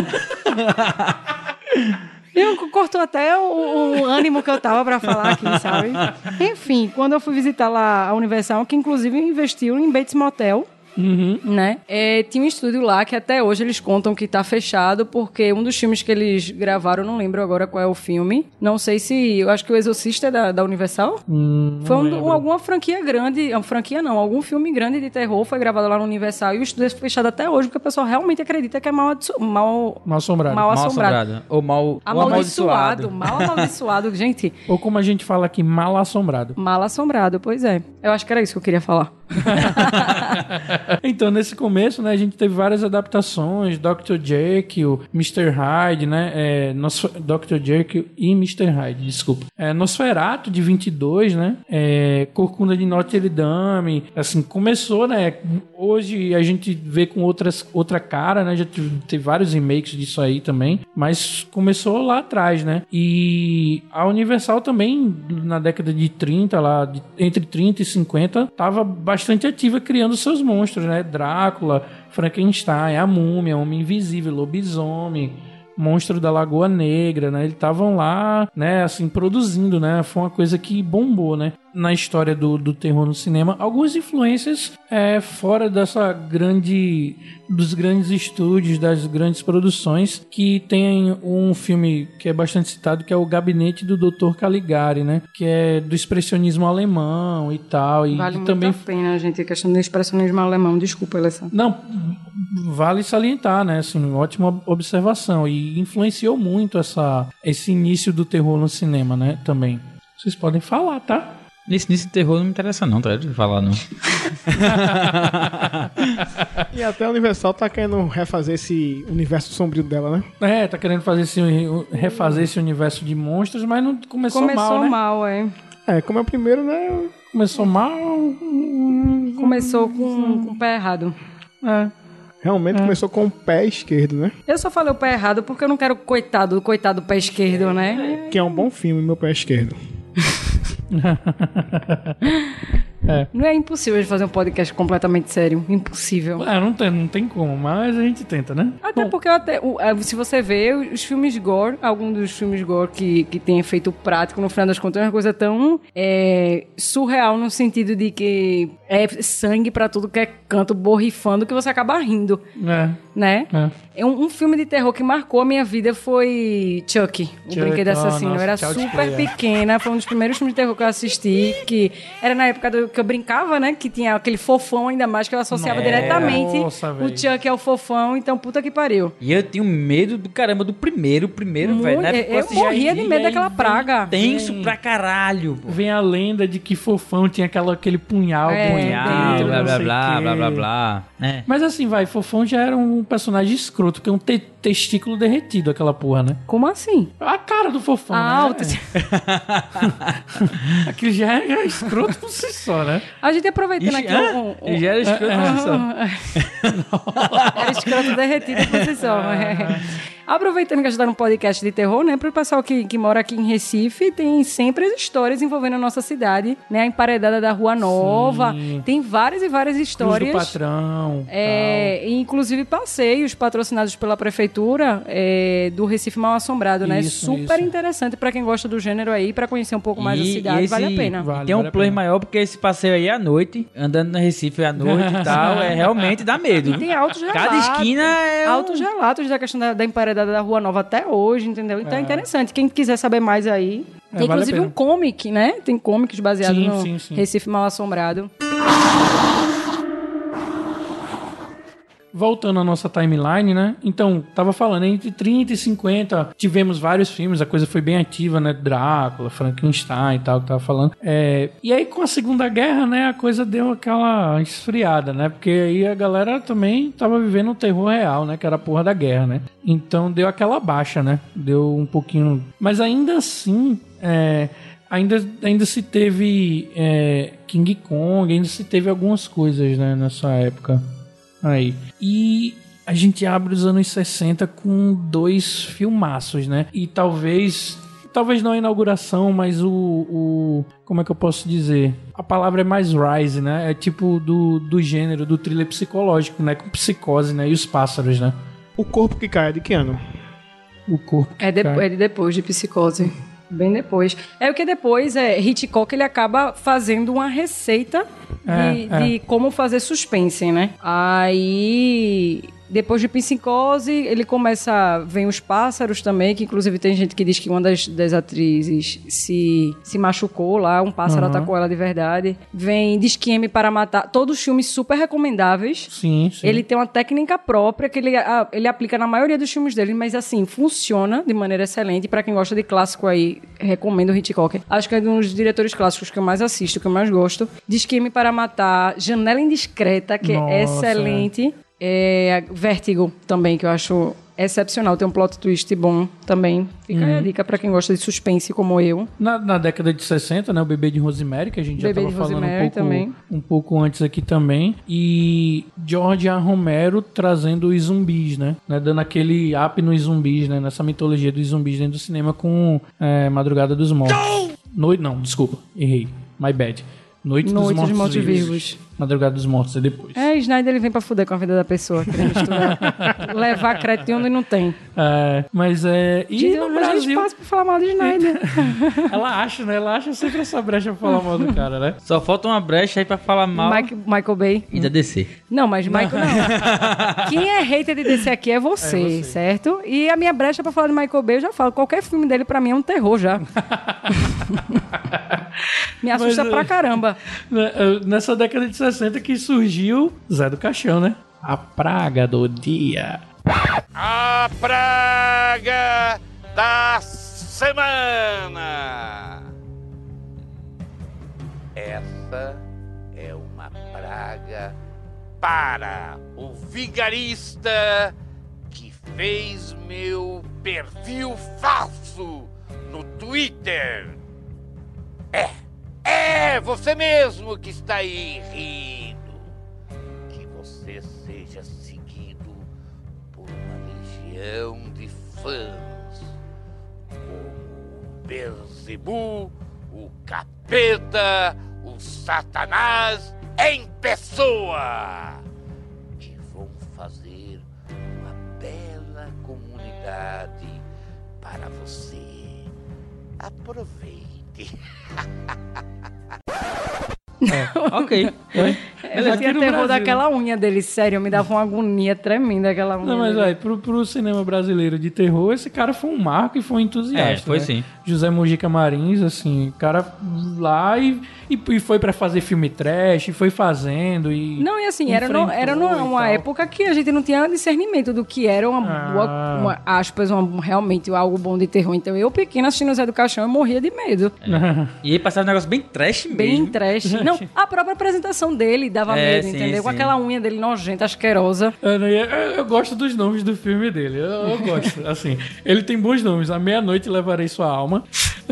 Eu cortou até o, o ânimo que eu tava pra falar aqui, sabe? Enfim, quando eu fui visitar lá a Universal, que inclusive investiu em Bates Motel, Uhum. né? É, tinha um estúdio lá que até hoje eles contam que tá fechado porque um dos filmes que eles gravaram, eu não lembro agora qual é o filme. Não sei se... Eu acho que o Exorcista é da, da Universal. Hum, Foi não um, lembro. um- alguma franquia grande... Uma franquia não, algum filme grande de terror foi gravado lá no Universal e o estúdio é fechado até hoje porque o pessoal realmente acredita que é mal... adiço- mal Mal assombrado. Mal Mal assombrado. assombrado. Ou mal, ou amaldiçoado. amaldiçoado. Mal amaldiçoado, gente. Ou como a gente fala aqui, mal assombrado. Mal assombrado, pois é. Eu acho que era isso que eu queria falar. Então, nesse começo, né, a gente teve várias adaptações, doutor Jekyll, mister Hyde, né, é, Nosf- doutor Jekyll e mister Hyde, desculpa. É, Nosferatu, de vinte e dois, né, é, Corcunda de Notre Dame, assim, começou, né, hoje a gente vê com outras, outra cara, né, já teve, teve vários remakes disso aí também, mas começou lá atrás, né, e a Universal também, na década de trinta, lá, de- entre trinta e cinquenta, tava bastante ativa criando seus monstros, né, Drácula, Frankenstein, a Múmia, Homem Invisível, Lobisomem, Monstro da Lagoa Negra, né? Eles estavam lá, né, assim, produzindo, né? Foi uma coisa que bombou, né? Na história do, do terror no cinema. Algumas influências é, fora dessa grande... dos grandes estúdios, das grandes produções, que tem um filme que é bastante citado, que é o Gabinete do doutor Caligari, né? Que é do expressionismo alemão e tal. E Vale muito também a pena, gente, a questão do expressionismo alemão. Desculpa, Alessandra. não, vale salientar, né? Assim, ótima observação. E influenciou muito essa, esse início do terror no cinema, né? Também. Vocês podem falar, tá? Nesse início de terror não me interessa não, tá? De falar não. E até a Universal tá querendo refazer esse universo sombrio dela, né? É, tá querendo fazer esse, refazer esse universo de monstros, mas não começou, Começou mal, né? mal, é. É, como é o primeiro, né? Começou mal. Começou com, com o pé errado. É. Realmente começou com o pé esquerdo, né? Eu só falei o pé errado porque eu não quero coitado, o coitado do pé esquerdo, né? Que é um bom filme, meu pé esquerdo. É. Não é impossível de fazer um podcast completamente sério. Impossível. É, não tem, não tem como, mas a gente tenta, né? Até Bom. porque até, o, se você vê os filmes gore, algum dos filmes gore que, que tem efeito prático, no final das contas, é uma coisa tão é, surreal no sentido de que é sangue pra tudo que é canto, borrifando, que você acaba rindo. É. Né? É. Um, um filme de terror que marcou a minha vida foi Chuck, o Chuck, Brinquedo Assassino. oh, eu era super pequena, foi um dos primeiros filmes de terror que eu assisti, que era na época do, que eu brincava, né? Que tinha aquele fofão ainda mais, que eu associava Nossa, diretamente Nossa, o Chuck ao fofão, então puta que pariu. E eu tinha medo do caramba do primeiro, primeiro, velho. Né? Eu, eu morria de medo daquela praga. Tenso pra caralho. Pô. Vem a lenda de que fofão tinha aquela, aquele punhal. É, punhal, dentro, blá, blá, blá, blá, blá, blá. É. Mas assim, vai, fofão já era um personagem escroto, que é um te testículo derretido, aquela porra, né? Como assim? A cara do fofão, ah, né? É. Aquilo já é escroto por si só, né? A gente aproveitando Ixi, aqui... ah, Um, um, já era escroto por si só. Era escroto derretido por si só. É. Aproveitando que a gente tá num podcast de terror, né? Pro pessoal que, que mora aqui em Recife, tem sempre as histórias envolvendo a nossa cidade, né? A emparedada da Rua Nova. Sim. Tem várias e várias histórias. Cruz do Patrão. É, e inclusive passeios patrocinados pela prefeitura é, do Recife Mal Assombrado, né? Isso, Super isso. interessante pra quem gosta do gênero aí, pra conhecer um pouco mais e, da cidade, esse, vale a pena. Vale, tem um vale plus maior porque esse passeio aí à noite, andando no Recife à noite e tal, é realmente dá medo. E tem altos relatos. Cada esquina é um... Altos relatos da questão da, da emparedada da Rua Nova até hoje, entendeu? Então é, é interessante. Quem quiser saber mais aí, é, tem vale inclusive um comic, né? Tem comics baseados sim, no sim, sim. Recife Mal Assombrado. Voltando à nossa timeline, né? Então, tava falando, entre trinta e cinquenta, tivemos vários filmes, a coisa foi bem ativa, né? Drácula, Frankenstein e tal, que tava falando. É, e aí, com a Segunda Guerra, né? A coisa deu aquela esfriada, né? Porque aí a galera também tava vivendo um terror real, né? Que era a porra da guerra, né? Então, deu aquela baixa, né? Deu um pouquinho... Mas ainda assim... É... Ainda, ainda se teve é, King Kong, ainda se teve algumas coisas, né, nessa época aí. E a gente abre os anos sessenta com dois filmaços, né? E talvez, talvez não a inauguração, mas o, o... Como é que eu posso dizer? A palavra é mais rise, né? É tipo do, do gênero, do thriller psicológico, né? Com Psicose, né? E Os Pássaros, né? O Corpo que Cai é de que ano? O Corpo que é de, Cai. É de depois de Psicose. Bem depois. É o que depois é Hitchcock, ele acaba fazendo uma receita de, é, é. de como fazer suspense, né? Aí... Depois de Psicose, ele começa... Vem Os Pássaros também, que inclusive tem gente que diz que uma das, das atrizes se, se machucou lá, um pássaro uhum. atacou ela de verdade. Vem Disque-M para Matar. Todos filmes super recomendáveis. Sim, sim. Ele tem uma técnica própria que ele, a, ele aplica na maioria dos filmes dele, mas assim, funciona de maneira excelente. Pra quem gosta de clássico aí, recomendo o Hitchcock. Acho que é um dos diretores clássicos que eu mais assisto, que eu mais gosto. Disque-M para Matar, Janela Indiscreta, que Nossa, é excelente. É. É, Vértigo também, que eu acho excepcional. Tem um plot twist bom também. Fica uhum. a dica pra quem gosta de suspense como eu. Na, na década de sessenta, né? O Bebê de Rosemary, que a gente Bebê já tava falando um pouco, também. um pouco antes aqui também. E George A. Romero trazendo os zumbis, né? né? Dando aquele up nos zumbis, né? Nessa mitologia dos zumbis dentro do cinema com é, Madrugada dos Mortos. Noite, não, desculpa. Errei. My bad. Noite, Noite dos Mortos, Mortos Vivos. Vivos. Madrugada dos Mortos é depois. É, Snyder ele vem pra fuder com a vida da pessoa, querendo estudar. Levar crédito onde não tem. É, mas é... E gente, no não Brasil... espaço pra falar mal de Snyder. Ela acha, né? Ela acha sempre essa brecha pra falar mal do cara, né? Só falta uma brecha aí pra falar mal... Mike, Michael Bay. E da D C. Não, mas Michael não. Quem é hater de D C aqui é você, é você, certo? E a minha brecha pra falar de Michael Bay, eu já falo. Qualquer filme dele pra mim é um terror já. Me assusta mas, pra caramba. Nessa década de sessenta que surgiu Zé do Caixão, né? A praga do dia. A praga da semana. Essa é uma praga para o vigarista que fez meu perfil falso no Twitter. É, é você mesmo que está aí rindo. Que você seja seguido por uma legião de fãs, como o Beelzebub, o Capeta, o Satanás em pessoa. E vão fazer uma bela comunidade para você. Aproveite. É, ok. É. Eu tinha terror daquela unha dele, sério, me dava uma agonia tremenda aquela unha. Não, mas dele. vai, pro, pro cinema brasileiro de terror, esse cara foi um marco e foi um entusiasta. É, foi né? sim. José Mujica Marins, assim, o cara lá e, e, e foi pra fazer filme trash, e foi fazendo e... Não, e assim, era, no, era numa, uma época que a gente não tinha discernimento do que era uma, Ah. boa, uma aspas, uma, realmente algo bom de terror. Então eu, pequena, assistindo o Zé do Caixão, eu morria de medo. É. E aí passava um negócio bem trash mesmo. Bem trash. Não, a própria apresentação dele dava É, medo, sim, entendeu? Com sim. aquela unha dele nojenta, asquerosa. Eu, eu, eu gosto dos nomes do filme dele, eu, eu gosto, assim, ele tem bons nomes, A Meia-Noite Levarei Sua Alma.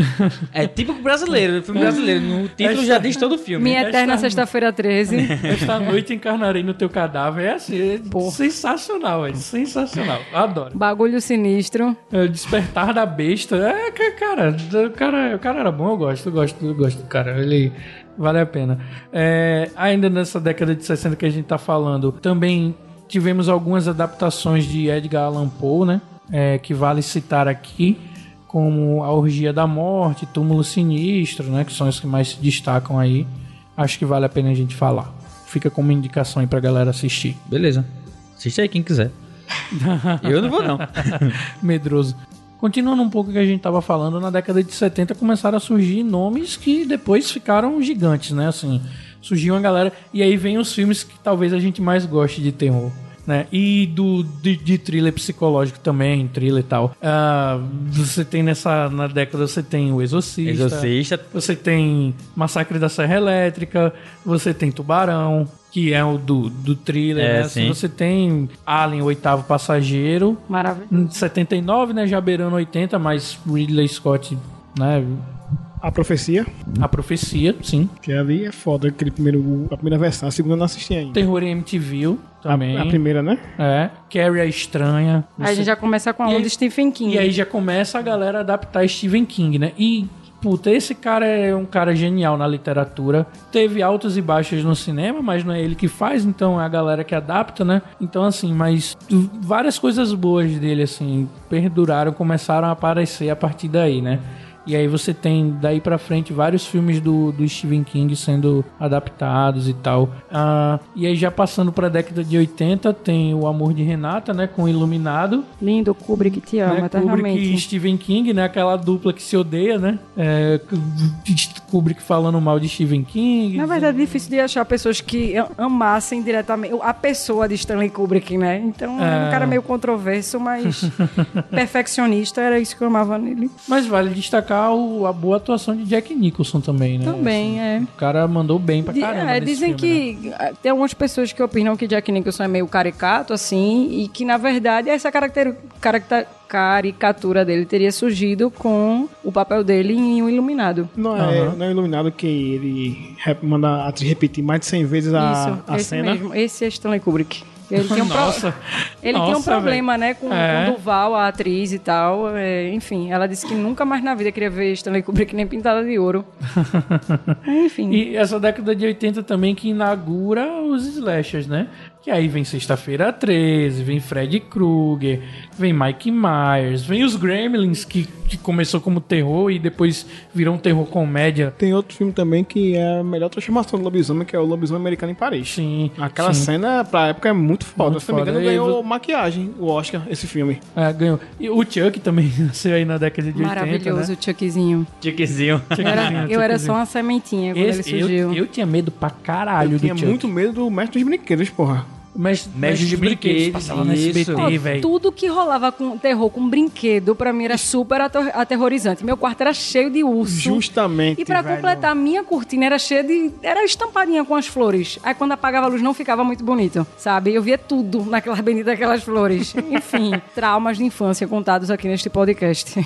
É típico brasileiro, filme brasileiro, no título já diz todo o filme. Minha Eterna Esta- Sexta-feira treze. Esta noite encarnarei no teu cadáver, é assim, é sensacional, é sensacional, eu adoro. Bagulho Sinistro. É, Despertar da Besta, é, ca- cara, o cara, o cara era bom, eu gosto, eu gosto, eu gosto do cara, ele vale a pena. É, ainda nessa década de sessenta que a gente tá falando, também tivemos algumas adaptações de Edgar Allan Poe, né, é, que vale citar aqui, como A Orgia da Morte, Túmulo Sinistro, né, que são os que mais se destacam aí. Acho que vale a pena a gente falar. Fica como indicação aí pra galera assistir. Beleza. Assiste aí quem quiser. Eu não vou, não. Medroso. Continuando um pouco o que a gente tava falando, na década de setenta começaram a surgir nomes que depois ficaram gigantes, né? Assim, surgiu uma galera... E aí vem os filmes que talvez a gente mais goste de terror. Né? E do, de, de thriller psicológico também, thriller e tal. Ah, você tem nessa na década, você tem O Exorcista. Exorcista. Você tem Massacre da Serra Elétrica. Você tem Tubarão, que é o do, do thriller. É, né? Assim, sim. você tem Alien, O Oitavo Passageiro. Maravilhoso. Em setenta e nove, né? Já beirando oitenta, mas Ridley Scott, né? A Profecia. A Profecia, sim. Que ali é foda, aquele primeiro, a primeira versão. A segunda eu não assisti ainda. Terror em M T V também. A, a primeira, né? É. Carrie a Estranha. Aí a gente já começa com a E onda aí- de Stephen King. E aí já começa a galera a adaptar Stephen King, né? E, puta, esse cara é um cara genial na literatura. Teve altos e baixos no cinema, mas não é ele que faz, então é a galera que adapta, né? Então, assim, mas várias coisas boas dele, assim, perduraram, começaram a aparecer a partir daí, né? E aí você tem, daí pra frente, vários filmes do, do Stephen King sendo adaptados e tal. Ah, e aí já passando pra década de oitenta, tem O Amor de Renata, né? Com Iluminado. Lindo, Kubrick te ama Né? eternamente. Kubrick e Stephen King, né? Aquela dupla que se odeia, né? É, Kubrick falando mal de Stephen King. Na verdade, é difícil de achar pessoas que amassem diretamente a pessoa de Stanley Kubrick, né? Então, é um É. cara meio controverso, mas perfeccionista, era isso que eu amava nele. Mas vale destacar o- a boa atuação de Jack Nicholson também, né? Também, é. O cara mandou bem pra Di- caramba. é, nesse dizem filme, que né? ah, tem algumas pessoas que opinam que Jack Nicholson é meio caricato, assim, e que, na verdade, essa caracter, caracter, caricatura dele teria surgido com o papel dele em O Iluminado. Não é, não é Iluminado que ele rep- manda a atriz repetir mais de cem vezes a, Isso, a esse cena. mesmo. Esse é Stanley Kubrick. Ele tinha um, pro- Nossa. ele tinha um Nossa, problema, né, com, É. com Duval, a atriz e tal. É, enfim, ela disse que nunca mais na vida queria ver Stanley Kubrick nem pintada de ouro. Enfim. E essa década de oitenta também que inaugura os slashers, né? Que aí vem Sexta-feira treze, vem Freddy Krueger, vem Mike Myers, vem os Gremlins, que, que começou como terror e depois virou um terror comédia. Tem outro filme também que é a melhor transformação do lobisomem, que é o Lobisomem Americano em Paris. Sim. Aquela sim. cena, pra época, é muito foda. Muito Se não me engano, foda. E ganhou vo- maquiagem, o Oscar, esse filme. É, ganhou. E o Chuck também nasceu aí na década de Maravilhoso, oitenta, o Chuckzinho. Chuckzinho. né? Eu era, eu era só uma sementinha quando Esse- ele surgiu. eu, eu tinha medo pra caralho Eu do tinha Chuck. muito medo do Mestre dos Brinquedos, porra. Mas Mestre de Brinquedos, passava no S B isso. T, velho. Tudo que rolava com terror, com brinquedo, pra mim era super ater- aterrorizante. Meu quarto era cheio de urso. Justamente, E pra velho. completar, a minha cortina era cheia de... Era estampadinha com as flores. Aí quando apagava a luz não ficava muito bonito, sabe? Eu via tudo naquelas benditas daquelas flores. Enfim, traumas de infância contados aqui neste podcast.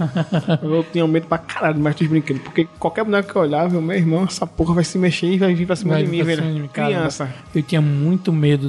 Eu tinha medo pra caralho do Mestre dos Brinquedos, porque qualquer boneco que eu olhava, eu, meu irmão, essa porra vai se mexer e vai vir pra cima Vai de mim, pra velho. cima de mim, caramba. Criança. Eu tinha muito medo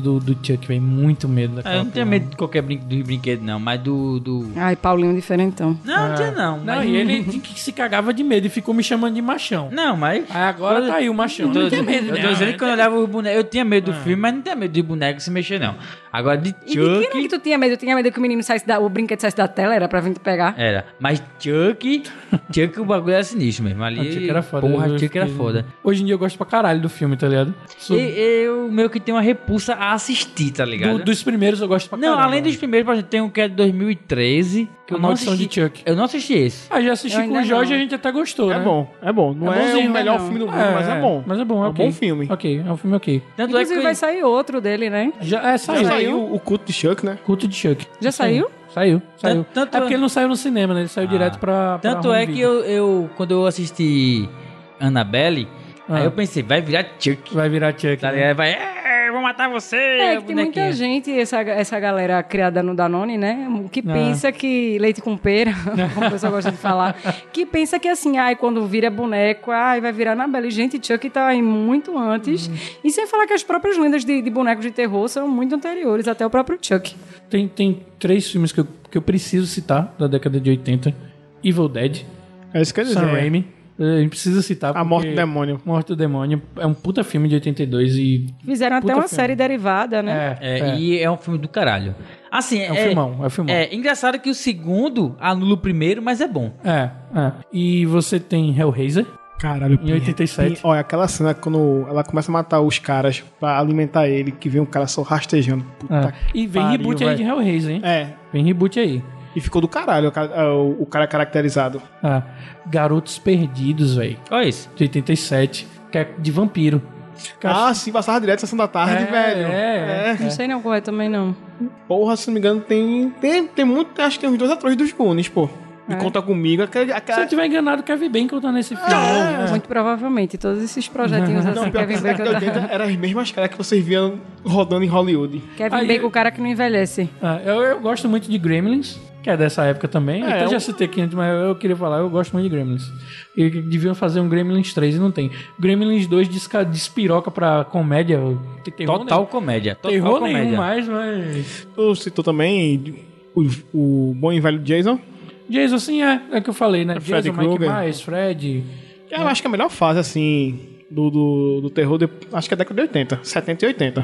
do, do Chuck, velho. Muito medo daquela Eu não tenho porra. medo de qualquer brin do brinquedo, não, mas do. do... Ai, Paulinho diferentão. Não, não tinha não. Não, Mas... e ele que se cagava de medo e ficou me chamando de machão. Não, mas. Aí agora tá aí o machão. Eu tô, Não tinha medo, eu tô não. dizendo que quando eu olhava o boneco, eu tinha medo do filme, mas não tinha medo de boneco se mexer, não. Agora de E de que não Chuck. que tu tinha medo? Eu tinha medo que o menino saísse da... O brinquedo saísse da tela, era pra vir te pegar. Era. Mas Chuck. Chuck, o bagulho era sinistro mesmo. Ali. O Chuck era foda. Porra, eu Chuck era fiquei- foda. Hoje em dia eu gosto pra caralho do filme, tá ligado? E eu meio que tenho uma repulsa a assistir, tá ligado? Do- dos primeiros eu gosto pra Não, caralho. além dos primeiros, por exemplo, tem um que é de dois mil e treze. Que A eu não Maldição assisti. de Chuck. Eu não assisti esse. Ah, já assisti Eu com o ainda Jorge e não. a gente até gostou, É né? bom, é bom. Não é, bonzinho, o melhor não. filme do mundo, mas é bom. Mas é bom, É um ok. bom filme. Ok, é um filme ok. Tanto Inclusive é que vai sair outro dele, né? Já, é, Já saiu. saiu o culto de Chuck, né? Culto de Chuck. Já saiu? Saiu, saiu. Tanto- é porque ele não saiu no cinema, né? Ele saiu Ah. direto pra, pra Tanto home é que video. eu, eu, quando eu assisti Annabelle, Ah. aí eu pensei, vai virar Chuck. Vai virar Chuck. Tá né? ligado? Vai, "É, vou matar você, É, que tem bonequinho." muita gente, essa, essa galera criada no Danone, né? Que Ah. pensa que leite com pera, como o pessoal gosta de falar, que pensa que assim, ai, quando vira boneco, ai, vai virar Annabelle. Gente, Chuck tá aí muito antes. Uhum. E sem falar que as próprias lendas de, de bonecos de terror são muito anteriores, até o próprio Chuck. Tem, tem três filmes que eu, que eu preciso citar da década de oitenta. Evil Dead, É isso que eu ia dizer. Sam Raimi. A gente precisa citar A porque Morte do Demônio. Morte do Demônio é um puta filme de oitenta e dois e... Fizeram até Puta uma filme. série derivada, né? É, É, é. E é um filme do caralho. Assim, É um filmão, é um filmão. É engraçado que o segundo anula o primeiro, mas é bom. É, é. E você tem Hellraiser, Caralho, em oitenta e sete. Tem- olha, aquela cena quando ela começa a matar os caras pra alimentar ele, que vem um cara só rastejando. Puta É. que E vem pariu, reboot aí de velho. Hellraiser, hein? É. Vem reboot aí. E ficou do caralho o cara, o, o cara caracterizado. Ah, Garotos Perdidos, velho. Olha isso. De oitenta e sete. Que é de vampiro. Ah, sim, passava direto sessão da tarde, É, velho. é, Não sei não qual é também, não. Porra, se não me engano, tem. Tem, tem muito. Acho que tem uns dois atores dos Goonies, pô. E É. conta comigo. Aquela, Se eu aquela... tiver enganado, Kevin Bacon tá nesse filme. É. Muito provavelmente. Todos esses projetinhos assim, Não, pior que Kevin essa década Bacon... de oitenta eram as mesmas caras que vocês viam rodando em Hollywood. Kevin Aí- Bacon, o cara que não envelhece. Ah, eu, eu gosto muito de Gremlins, que é dessa época também. É, eu até já eu- citei aqui antes, mas eu queria falar, eu gosto muito de Gremlins. E deviam fazer um Gremlins três e não tem. Gremlins dois desca- despiroca pra comédia. Tem terror Total nenhum. comédia. Total Terror comédia. nenhum mais, mas... Tu citou também o, o bom e velho Jason. Jason, sim, é. É o que eu falei, né? Freddy Jason, Mike Krueger. Myers, Fred... Que eu acho que é a melhor fase, assim, do, do, do terror. De, acho que é década de oitenta. setenta e oitenta.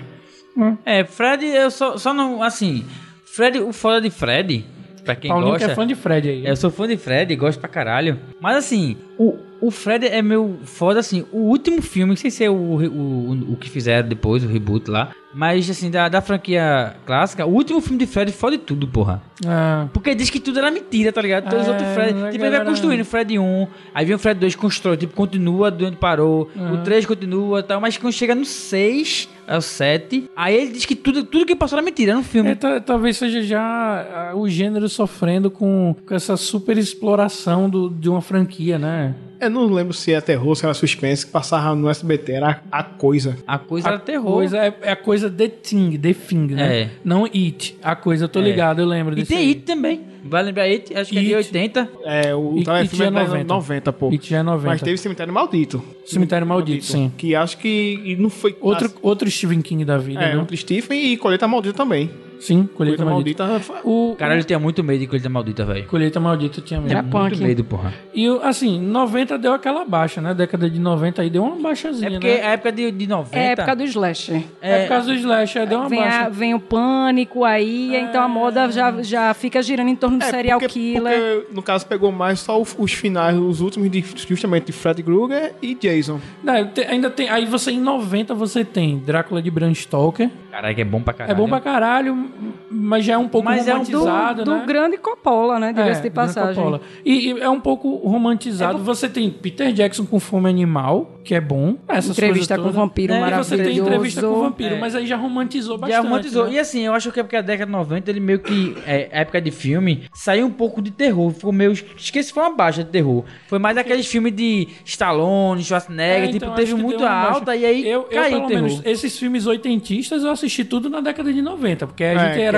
É, Fred, eu só, só não. Assim, Fred, o foda de Fred, pra quem Paulinho gosta. que é fã de Fred aí. Eu sou fã de Fred, gosto pra caralho. Mas assim, o, o Fred é meu foda, assim, o último filme, não sei se é o, o, o, o que fizeram depois, o reboot lá. Mas assim, da, da franquia clássica, o último filme de Fred fode tudo, porra. Ah, Porque diz que tudo era mentira, tá ligado? Todos os É, outros Fred. a Tipo, ele vai galera- construindo o Fred um, aí vem o Fred dois, constrói, tipo, continua de onde parou. Uhum. O três continua e tal, mas quando chega no seis, é o sete, aí ele diz que tudo, tudo que passou era mentira no filme. é, ta- talvez seja já ah, o gênero sofrendo com, com essa super exploração do, de uma franquia, né? Eu não lembro se era terror, se era suspense, que passava no S B T, era a coisa. A coisa A era terror. Coisa é, é a coisa The Thing, The Thing, né? É. Não It. A coisa, eu tô É. ligado, eu lembro E desse tem aí. It também. Vai lembrar It? Acho que é de It. oitenta. É, o It- então, é It filme é é noventa. noventa. noventa, pô. It já é noventa. Mas teve Cemitério Maldito. Cemitério Maldito, sim. Que acho que e não foi... Outro, outro Stephen King da vida, É, né? outro Stephen e Colheita Maldita também. Sim, Colheita, Colheita Maldita. Maldita... O, Caralho, eu tinha muito medo de Colheita Maldita, velho. Colheita Maldita tinha mesmo. Era Muito punk. medo, porra. E, o- assim, noventa deu aquela baixa, né? Década de noventa aí deu uma baixazinha, É porque né? a época de, de noventa... É a época do slasher. É por causa do Slash, deu uma Vem, baixa. a- vem o pânico aí, então a moda já, já fica girando em torno do É, serial porque, killer. porque, no caso, pegou mais só os, os finais, os últimos, de, justamente de Fred Krueger e Jason. Não, te- ainda tem. Aí você em noventa você tem Drácula de Bram Stoker. Caralho, que é bom pra caralho. É bom pra caralho, mas já é um pouco Mas é um romantizado, do, né? do grande Coppola, né? Diga-se de Grande passagem. Coppola. E, e é um pouco romantizado. Você tem Peter Jackson com Fome Animal, que é bom. Essas Entrevista coisas com todas. vampiro É, E você tem maravilhoso. entrevista com vampiro, É. mas aí já romantizou bastante. Já romantizou. né? E assim, eu acho que é porque a década de noventa, ele meio que, é, época de filme, saiu um pouco de terror. Ficou meio... Esqueci, foi uma baixa de terror. Foi mais daqueles filmes de Stallone, Schwarzenegger, É, tipo, então, teve acho que muito deu uma baixa. alta e aí eu, eu, caiu pelo o terror. menos, esses filmes oitentistas eu assisti tudo na década de noventa, porque a É, gente era que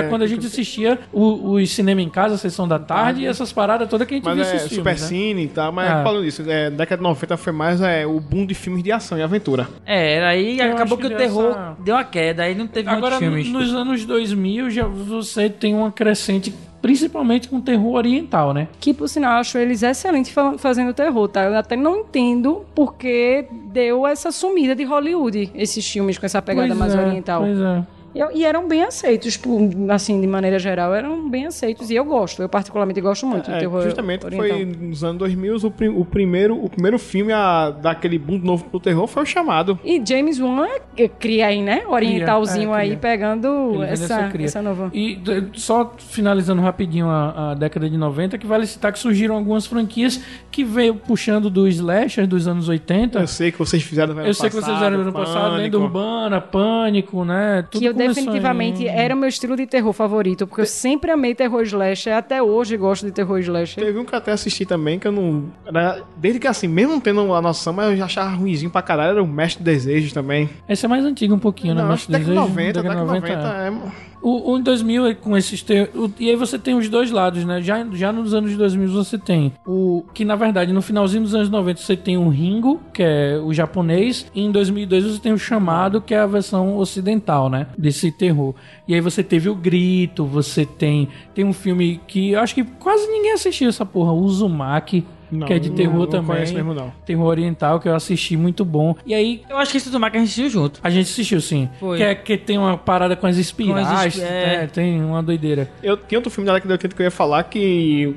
quando a gente assistia o, o cinema em casa, a sessão da tarde, e essas paradas todas que a gente Mas via é esses Super filmes, né? Cine e tal, mas É. falando isso, é, década de noventa foi mais é, o boom de filmes de ação e aventura. É, era aí Eu acabou acho que que o terror essa- deu uma queda, aí não teve Agora, muitos filmes. nos anos dois mil, já você tem uma crescente, principalmente com terror oriental, né? Que, por sinal, eu acho eles excelentes fa- fazendo terror, tá? Eu até não entendo porque deu essa sumida de Hollywood, esses filmes com essa pegada Pois mais é, oriental. Pois é. E, e eram bem aceitos, por- assim, de maneira geral, eram bem aceitos. E eu gosto, eu particularmente gosto muito É, do terror justamente oriental. foi nos anos dois mil o, prim- o primeiro o primeiro filme a dar aquele boom novo pro terror foi o Chamado. E James Wan é- cria aí, né? Orientalzinho Cria, é, aí, cria. pegando Ele vem essa, dessa cria. essa nova... E d- só finalizando rapidinho a, a década de noventa, que vale citar que surgiram algumas franquias que veio puxando do slasher dos anos oitenta. Eu sei que vocês fizeram no ano Eu sei que vocês fizeram no ano passado, Lenda Pânico. Urbana, Pânico, né? Tudo que eu começou definitivamente em- era o meu estilo de terror favorito, porque eu sempre amei terror slasher, até hoje gosto de terror slasher. Teve um que eu até assisti também, que eu não... Era, desde que assim, mesmo não tendo a noção, mas eu já achava ruimzinho pra caralho, era o Mestre de Desejos também. Esse é mais antigo um pouquinho, né? Não, Mas acho que década de Desejo, noventa, década de noventa é. é... O, o em dois mil, com esses... Te... O, e aí você tem os dois lados, né? Já, já nos anos dois mil você tem o... Que, na verdade, no finalzinho dos anos noventa você tem o Ringo, que é o japonês. E em dois mil e dois você tem o Chamado, que é a versão ocidental, né? Desse terror. E aí você teve o Grito, você tem... Tem um filme que eu acho que quase ninguém assistiu essa porra. O Uzumaki. Não, que é de não- terror não também. conheço mesmo, não. Terror oriental, que eu assisti, muito bom. E aí... Eu acho que esse do Mar que a gente assistiu junto. A gente assistiu, sim. Foi. Que, é, que tem uma parada com as espirais. Com as espi- é. é, tem uma doideira. Eu tinha outro filme da década de oitenta que eu ia falar que...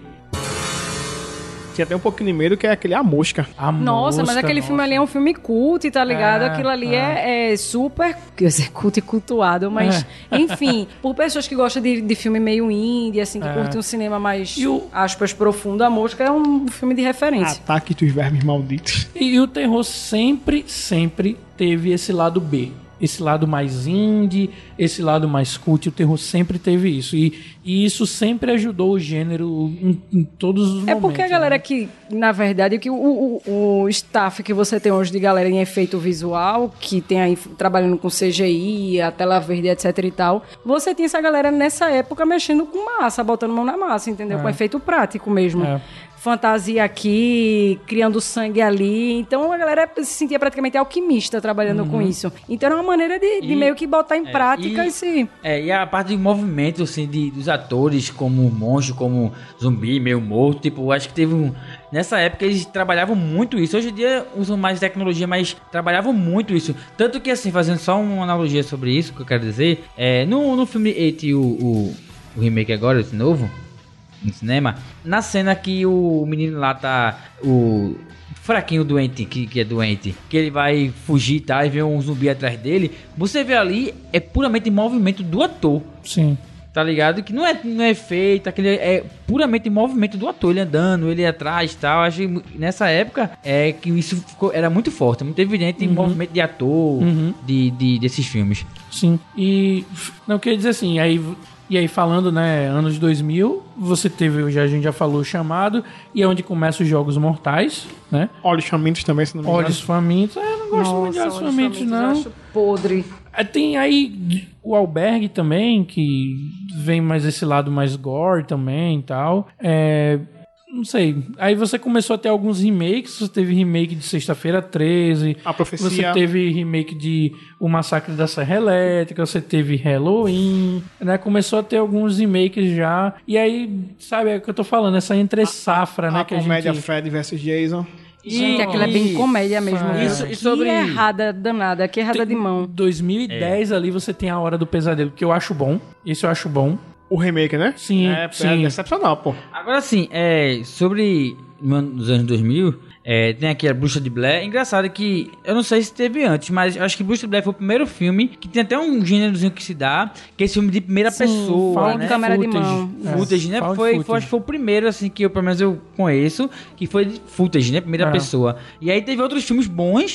Tinha até um pouquinho de medo, que é aquele A Mosca. A Nossa, mas Mosca, aquele nossa. filme ali é um filme cult, tá ligado? É, Aquilo ali é, é super, quer dizer, cult e cultuado, mas, enfim, por pessoas que gostam de, de filme meio indie, assim, que É. curtem um cinema mais, E o- aspas, profundo, A Mosca é um filme de referência. Ataque dos Vermes Malditos. E, e o terror sempre, sempre teve esse lado B. Esse lado mais indie, esse lado mais cult, o terror sempre teve isso. E, e isso sempre ajudou o gênero em, em todos os momentos. É porque a galera que, na verdade, que o, o, o staff que você tem hoje de galera em efeito visual, que tem aí trabalhando com C G I, a tela verde, etc e tal, você tinha essa galera nessa época mexendo com massa, botando mão na massa, entendeu? É. Com efeito prático mesmo. É. Fantasia aqui, criando sangue ali. Então a galera se sentia praticamente alquimista trabalhando com isso. Então era uma maneira de, de E- meio que botar em é, prática e- esse... É, e a parte de movimento, assim, de, dos atores, como monstro, como zumbi, meio morto, tipo, eu acho que teve um... Nessa época eles trabalhavam muito isso. Hoje em dia usam mais tecnologia, mas trabalhavam muito isso. Tanto que, assim, fazendo só uma analogia sobre isso, que eu quero dizer, é, no, no filme It, o, o, o remake agora, esse novo, no cinema, na cena que o menino lá tá... O fraquinho doente, que, que é doente, que ele vai fugir e tal, e vem um zumbi atrás dele, você vê ali, é puramente movimento do ator. Sim. Tá ligado? Que não é, não é feito, aquele é puramente movimento do ator, ele andando, ele atrás e tal. Acho que nessa época é que isso ficou, era muito forte, muito evidente em Uhum. movimento de ator Uhum. de, de, desses filmes. Sim. E não queria dizer assim, aí e aí falando, né, anos dois mil, você teve, já a gente já falou, o Chamado, e é onde começam os Jogos Mortais, né? Olhos Famintos também, se não me engano. Olhos Famintos, é, eu não gosto muito de Olhos Olhos Famintos, Famintos, não. eu acho podre. É, tem aí o Albergue também, que vem mais esse lado mais gore também e tal. É... Não sei. Aí você começou a ter alguns remakes. Você teve remake de Sexta-feira treze. A Profecia. Você teve remake de O Massacre da Serra Elétrica. Você teve Halloween. Né? Começou a ter alguns remakes já. E aí, sabe, é o que eu tô falando. Essa entre-safra, né? A que a comédia gente... Fred versus Jason. Gente, aquilo é bem comédia mesmo. É. viu? Isso- que e sobre- errada danada, que errada de mão. dois mil e dez ali você tem A Hora do Pesadelo, que eu acho bom. Esse eu acho bom. O remake, né? Sim, é, sim. É excepcional, pô. Agora sim, é, sobre nos anos dois mil, é, tem aqui a Bruxa de Blair. Engraçado que, eu não sei se teve antes, mas eu acho que Bruxa de Blair foi o primeiro filme que tem até um gênerozinho que se dá, que é esse filme de primeira Sim, pessoa, found né? câmera de Footage. mão. É. Footage, né? Found Foi, footage. foi, acho que foi o primeiro, assim, que eu, pelo menos eu conheço, que foi de footage, né? Primeira É. pessoa. E aí teve outros filmes bons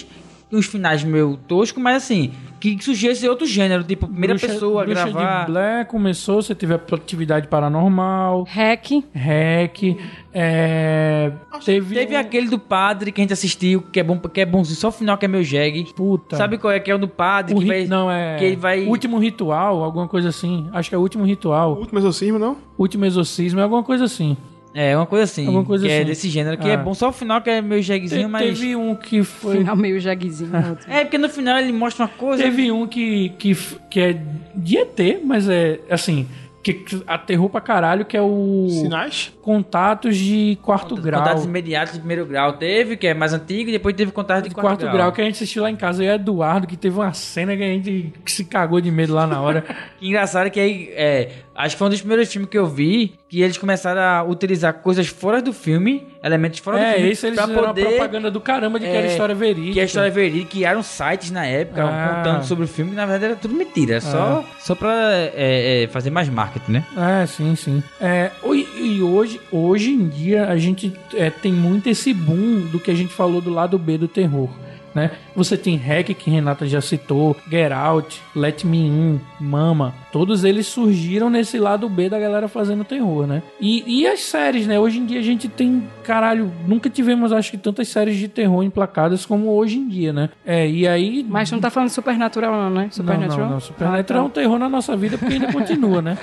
uns finais meio toscos, mas assim, que surgiu esse outro gênero, tipo, primeira Bruxa, pessoa, Bruxa gravar... de Blair começou, você teve a atividade paranormal. Hack. Hack. É... Teve, Teve um... aquele do padre que a gente assistiu, que é bom, que é bonzinho, só o final que é meio jegue. Puta. Sabe qual é? Que é o do padre, O que ri... vai... Não, é... Que ele vai... Último Ritual, alguma coisa assim. Acho que é o Último Ritual. O Último Exorcismo, não? Último Exorcismo, é alguma coisa assim. É, uma coisa assim. Alguma coisa que assim. é desse gênero, que Ah. é bom só o final, que é meio jeguezinho, Te, mas... Teve um que foi... Final meio jeguezinho. É, porque no final ele mostra uma coisa... Teve um que, que, que é de E T, mas é, assim... Que aterrou pra caralho, que é o... Sinais? Contatos de quarto grau. Contatos imediatos de primeiro grau. Teve, que é mais antigo, e depois teve contato de, De quarto, quarto grau. grau, que a gente assistiu lá em casa. E o Eduardo, que teve uma cena que a gente se cagou de medo lá na hora. Que engraçado que aí, é, acho que foi um dos primeiros filmes que eu vi que eles começaram a utilizar coisas fora do filme, elementos fora do É, filme, esse eles pra fizeram poder... uma propaganda do caramba de que era é, história verídica. Que é história verídica, criaram sites na época Ah. contando sobre o filme, que na verdade era tudo mentira, só, só pra é, é, fazer mais marketing, né? É, sim, sim. É, e e hoje, hoje em dia a gente é, tem muito esse boom do que a gente falou do lado B do terror. Né? Você tem Hack, que Renata já citou, Get Out, Let Me In, Mama, todos eles surgiram nesse lado B da galera fazendo terror, né? E, e as séries, né? Hoje em dia a gente tem, caralho, nunca tivemos, acho que, tantas séries de terror emplacadas como hoje em dia, né? É, e aí... Mas não tá falando de Supernatural não, né? Supernatural? Não, não, não. Supernatural é um terror na nossa vida porque ainda continua, né?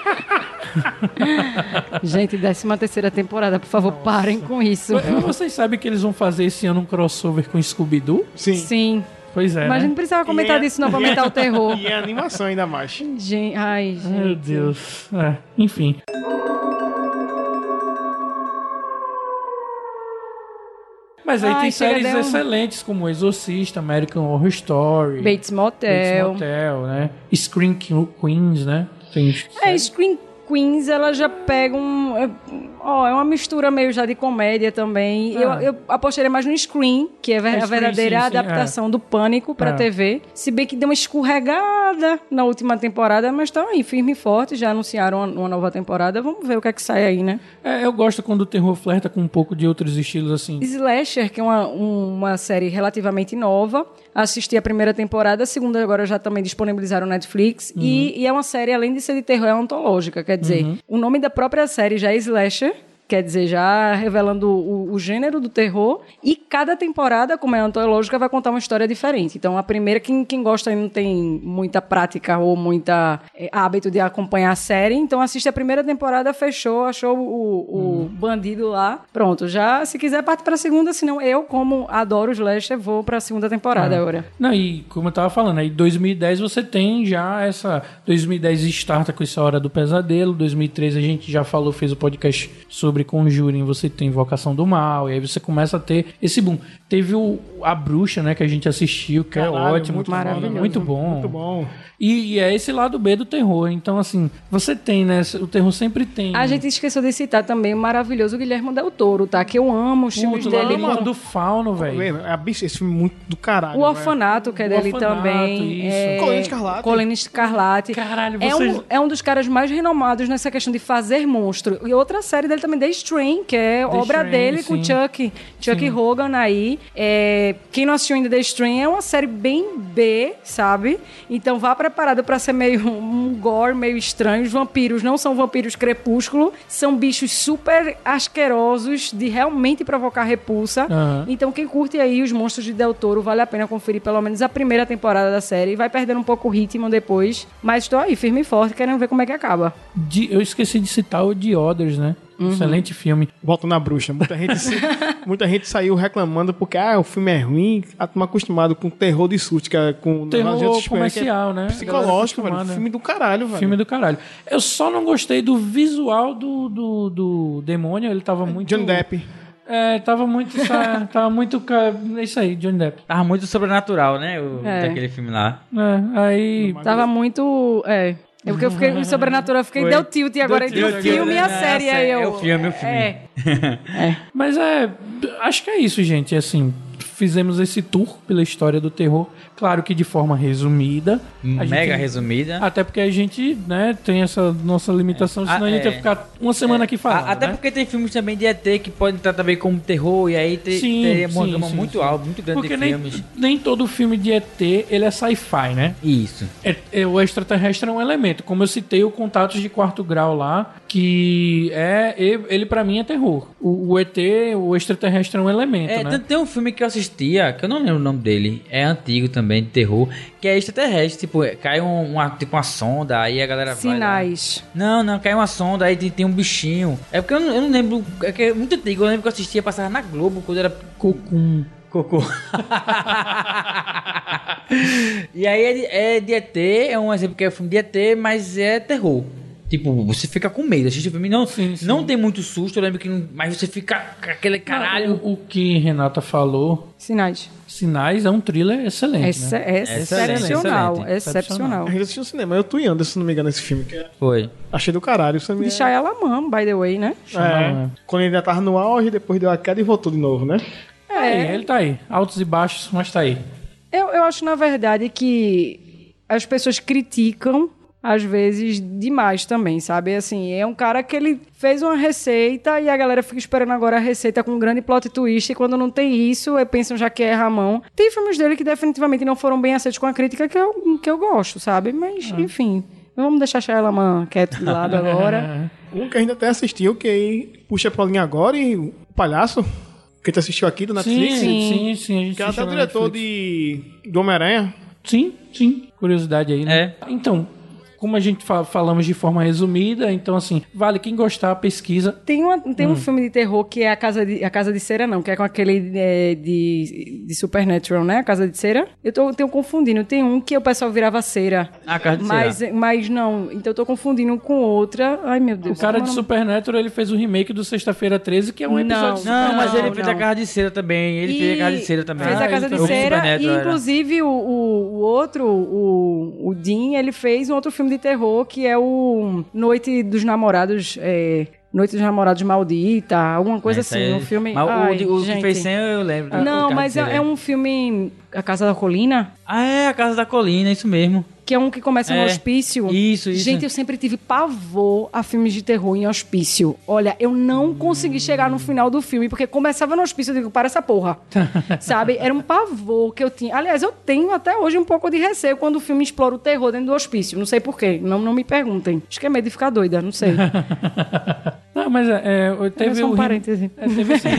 Gente, décima terceira temporada, por favor, Nossa. parem com isso. Vocês sabem que eles vão fazer esse ano um crossover com Scooby-Doo? Sim. Sim. Pois é, Mas né? a gente não precisava comentar é, disso não pra aumentar o terror. E a animação ainda mais. Gente, ai, gente. Meu Deus. É, enfim. Mas aí Ai, tem séries um... excelentes como Exorcista, American Horror Story, Bates Motel, Bates Motel, né? Scream Queens, né? Tem é, Scream Queens, ela já pega um... É, ó, é uma mistura meio já de comédia também. Ah. Eu, eu apostaria mais no Scream, que é a Scream, verdadeira sim, sim, adaptação é. do Pânico pra É. T V. Se bem que deu uma escorregada na última temporada, mas estão aí, firme e forte. Já anunciaram uma, uma nova temporada. Vamos ver o que é que sai aí, né? É, eu gosto quando o terror flerta com um pouco de outros estilos, assim. Slasher, que é uma, uma série relativamente nova. Assisti a primeira temporada, a segunda agora já também disponibilizaram no Netflix. Uhum. E, e é uma série, além de ser de terror, é antológica. Quer dizer, Uhum. o nome da própria série já é Slasher. Quer dizer, já revelando o, o gênero do terror. E cada temporada, como é antológica, vai contar uma história diferente. Então, a primeira, quem, quem gosta e não tem muita prática ou muita é, hábito de acompanhar a série, então assiste a primeira temporada, fechou, achou o, o hum. bandido lá. Pronto, já, se quiser, parte pra segunda. Senão, eu, como adoro os Slasher, vou pra segunda temporada ah. agora. Não, e como eu tava falando, aí dois mil e dez você tem já essa... dois mil e dez starta com essa Hora do Pesadelo. dois mil e treze a gente já falou, fez o podcast sobre Conjuring, você tem Invocação do Mal, e aí você começa a ter esse boom. Teve o, a Bruxa, né, que a gente assistiu, que Caralho, é ótimo, muito maravilhoso, muito bom. Muito bom. E, e é esse lado B do terror. Então, assim, você tem, né? O terror sempre tem. A gente esqueceu de citar também o maravilhoso Guilherme Del Toro, tá? Que eu amo os filmes dele. Ama do Fauno, velho. É esse filme muito do caralho. O Orfanato, que é o dele Orfanato, também. Isso. É... Colina Escarlate. Colina Escarlate. Caralho, é, vocês... um, é um dos caras mais renomados nessa questão de fazer monstro. E outra série dele também, The Strain, que é The obra Strain, dele sim. com o Chuck, Chuck Sim. Hogan aí. É... Quem não assistiu ainda The Strain é uma série bem B, sabe? Então vá preparado pra ser meio um gore, meio estranho. Os vampiros não são vampiros crepúsculo, são bichos super asquerosos de realmente provocar repulsa. Uhum. Então quem curte aí os monstros de Del Toro, vale a pena conferir pelo menos a primeira temporada da série. Vai perdendo um pouco o ritmo depois, mas estou aí, firme e forte, querendo ver como é que acaba. De, eu esqueci de citar o The Others, né? Uhum. Excelente filme. Volta na Bruxa. Muita gente, muita gente saiu reclamando porque ah, o filme é ruim. A turma acostumado com terror de susto, que é com terror comercial, é né? Psicológico, velho. Filme do caralho, velho. Filme do caralho. Eu só não gostei do visual do, do, do demônio. Ele tava muito... Johnny Depp. É, tava muito... tava muito... É isso aí, Johnny Depp. Tava muito sobrenatural, né? O, É. Daquele filme lá. É, aí... Tava muito... É... É porque eu fiquei em Sobrenatural, eu fiquei Foi. deu tilt e agora Deu entre o tilt, filme e né? a série. É, Aí eu, é o filme, é o filme. É, É. Mas é... Acho que é isso, gente. Assim, fizemos esse tour pela história do terror. Claro que de forma resumida. Mega gente, resumida. Até porque a gente, né, tem essa nossa limitação, senão Ah, a gente é. ia ficar uma semana É. aqui falando. A- Até né? porque tem filmes também de E T que podem estar também como terror, e aí te, Sim, teria uma sim, gama sim, muito sim. alta, muito grande Porque de nem, filmes. nem todo filme de E T ele é sci-fi, né? Isso. É, é, o extraterrestre é um elemento. Como eu citei o Contatos de Quarto Grau lá, que é ele, ele para mim é terror. O, o E T, o extraterrestre é um elemento, É, né? tem, tem um filme que eu assistia, que eu não lembro o nome dele, é antigo também, de terror, que é extraterrestre, tipo, é, cai um, uma, tipo uma sonda, aí a galera vai lá. Sinais. Não, não, cai uma sonda, aí tem, tem um bichinho. É porque eu não, eu não lembro, é que é muito antigo, eu lembro que eu assistia, passava na Globo, quando era... Cocum. Cocô. E aí é de, é de E T, é um exemplo que é filme de E T, mas é terror. Tipo, você fica com medo, assiste o filme, não, sim, sim. Não tem muito susto, eu lembro que não, mas você fica com aquele caralho. O, o que Renata falou... Sinais. Sinais é um thriller excelente, Exce- né? excepcional, Excelente. excepcional. A gente assistiu no cinema, eu tu e Anderson, se não me engano, esse filme. Que é- Foi. Achei do caralho. Você me... De Shyamalan, by the way, né? É, quando ele ainda tava no auge, depois deu a queda e voltou de novo, né? É, ele tá aí. Altos e baixos, mas tá aí. Eu, eu acho, na verdade, que as pessoas criticam, às vezes, demais também, sabe? Assim, é um cara que ele fez uma receita e a galera fica esperando agora a receita com um grande plot twist, e quando não tem isso, pensam já que erra a mão. Tem filmes dele que definitivamente não foram bem aceitos com a crítica que eu, que eu gosto, sabe? Mas, enfim, vamos deixar Shyamalan quieto de lado agora. Um que a gente até assistiu, que aí puxa pra linha agora, e o Palhaço, que tu assistiu aqui do Netflix. Sim, sim, sim. A gente Que é até assistiu o na diretor Netflix. de, do Homem-Aranha. Sim, sim. Curiosidade aí, né? É. Então, como a gente fa- falamos de forma resumida, então assim, vale quem gostar, pesquisa. Tem, uma, tem um Hum. filme de terror que é A Casa de, a Casa de Cera, não, que é com aquele é, de, de Supernatural, né? A Casa de Cera. Eu tô, tenho confundindo. Tem um que o pessoal virava cera. A Casa de mas, Cera. Mas não, então eu tô confundindo com outra. Ai, meu Deus. O cara como de é o nome? Supernatural, ele fez o remake do Sexta-feira treze, que é um episódio de Não, Supernatural. mas ele fez não. a Casa de Cera também. Ele E fez a Casa de Cera também. Fez a Casa de O Cera. E, Supernatural era. inclusive, o, o, o outro, o, o Dean, ele fez um outro filme de terror que é o Noite dos Namorados... É, Noite dos Namorados Maldita, alguma coisa Esse assim, aí- um filme... Mas o Ai, de- o que gente. fez sem eu lembro. do- Não, do mas Casa de é, Cera. é um filme... A Casa da Colina? Ah, é, A Casa da Colina, isso mesmo. Que é um que começa no É. hospício. Isso, isso. Gente, eu sempre tive pavor a filmes de terror em hospício. Olha, eu não consegui chegar no final do filme, porque começava no hospício, eu digo, para essa porra. Sabe? Era um pavor que eu tinha. Aliás, eu tenho até hoje um pouco de receio quando o filme explora o terror dentro do hospício. Não sei porquê. Não, não me perguntem. Acho que é medo de ficar doida, não sei. Não, mas é, é, teve É só um o rem- parêntese. É, teve esse...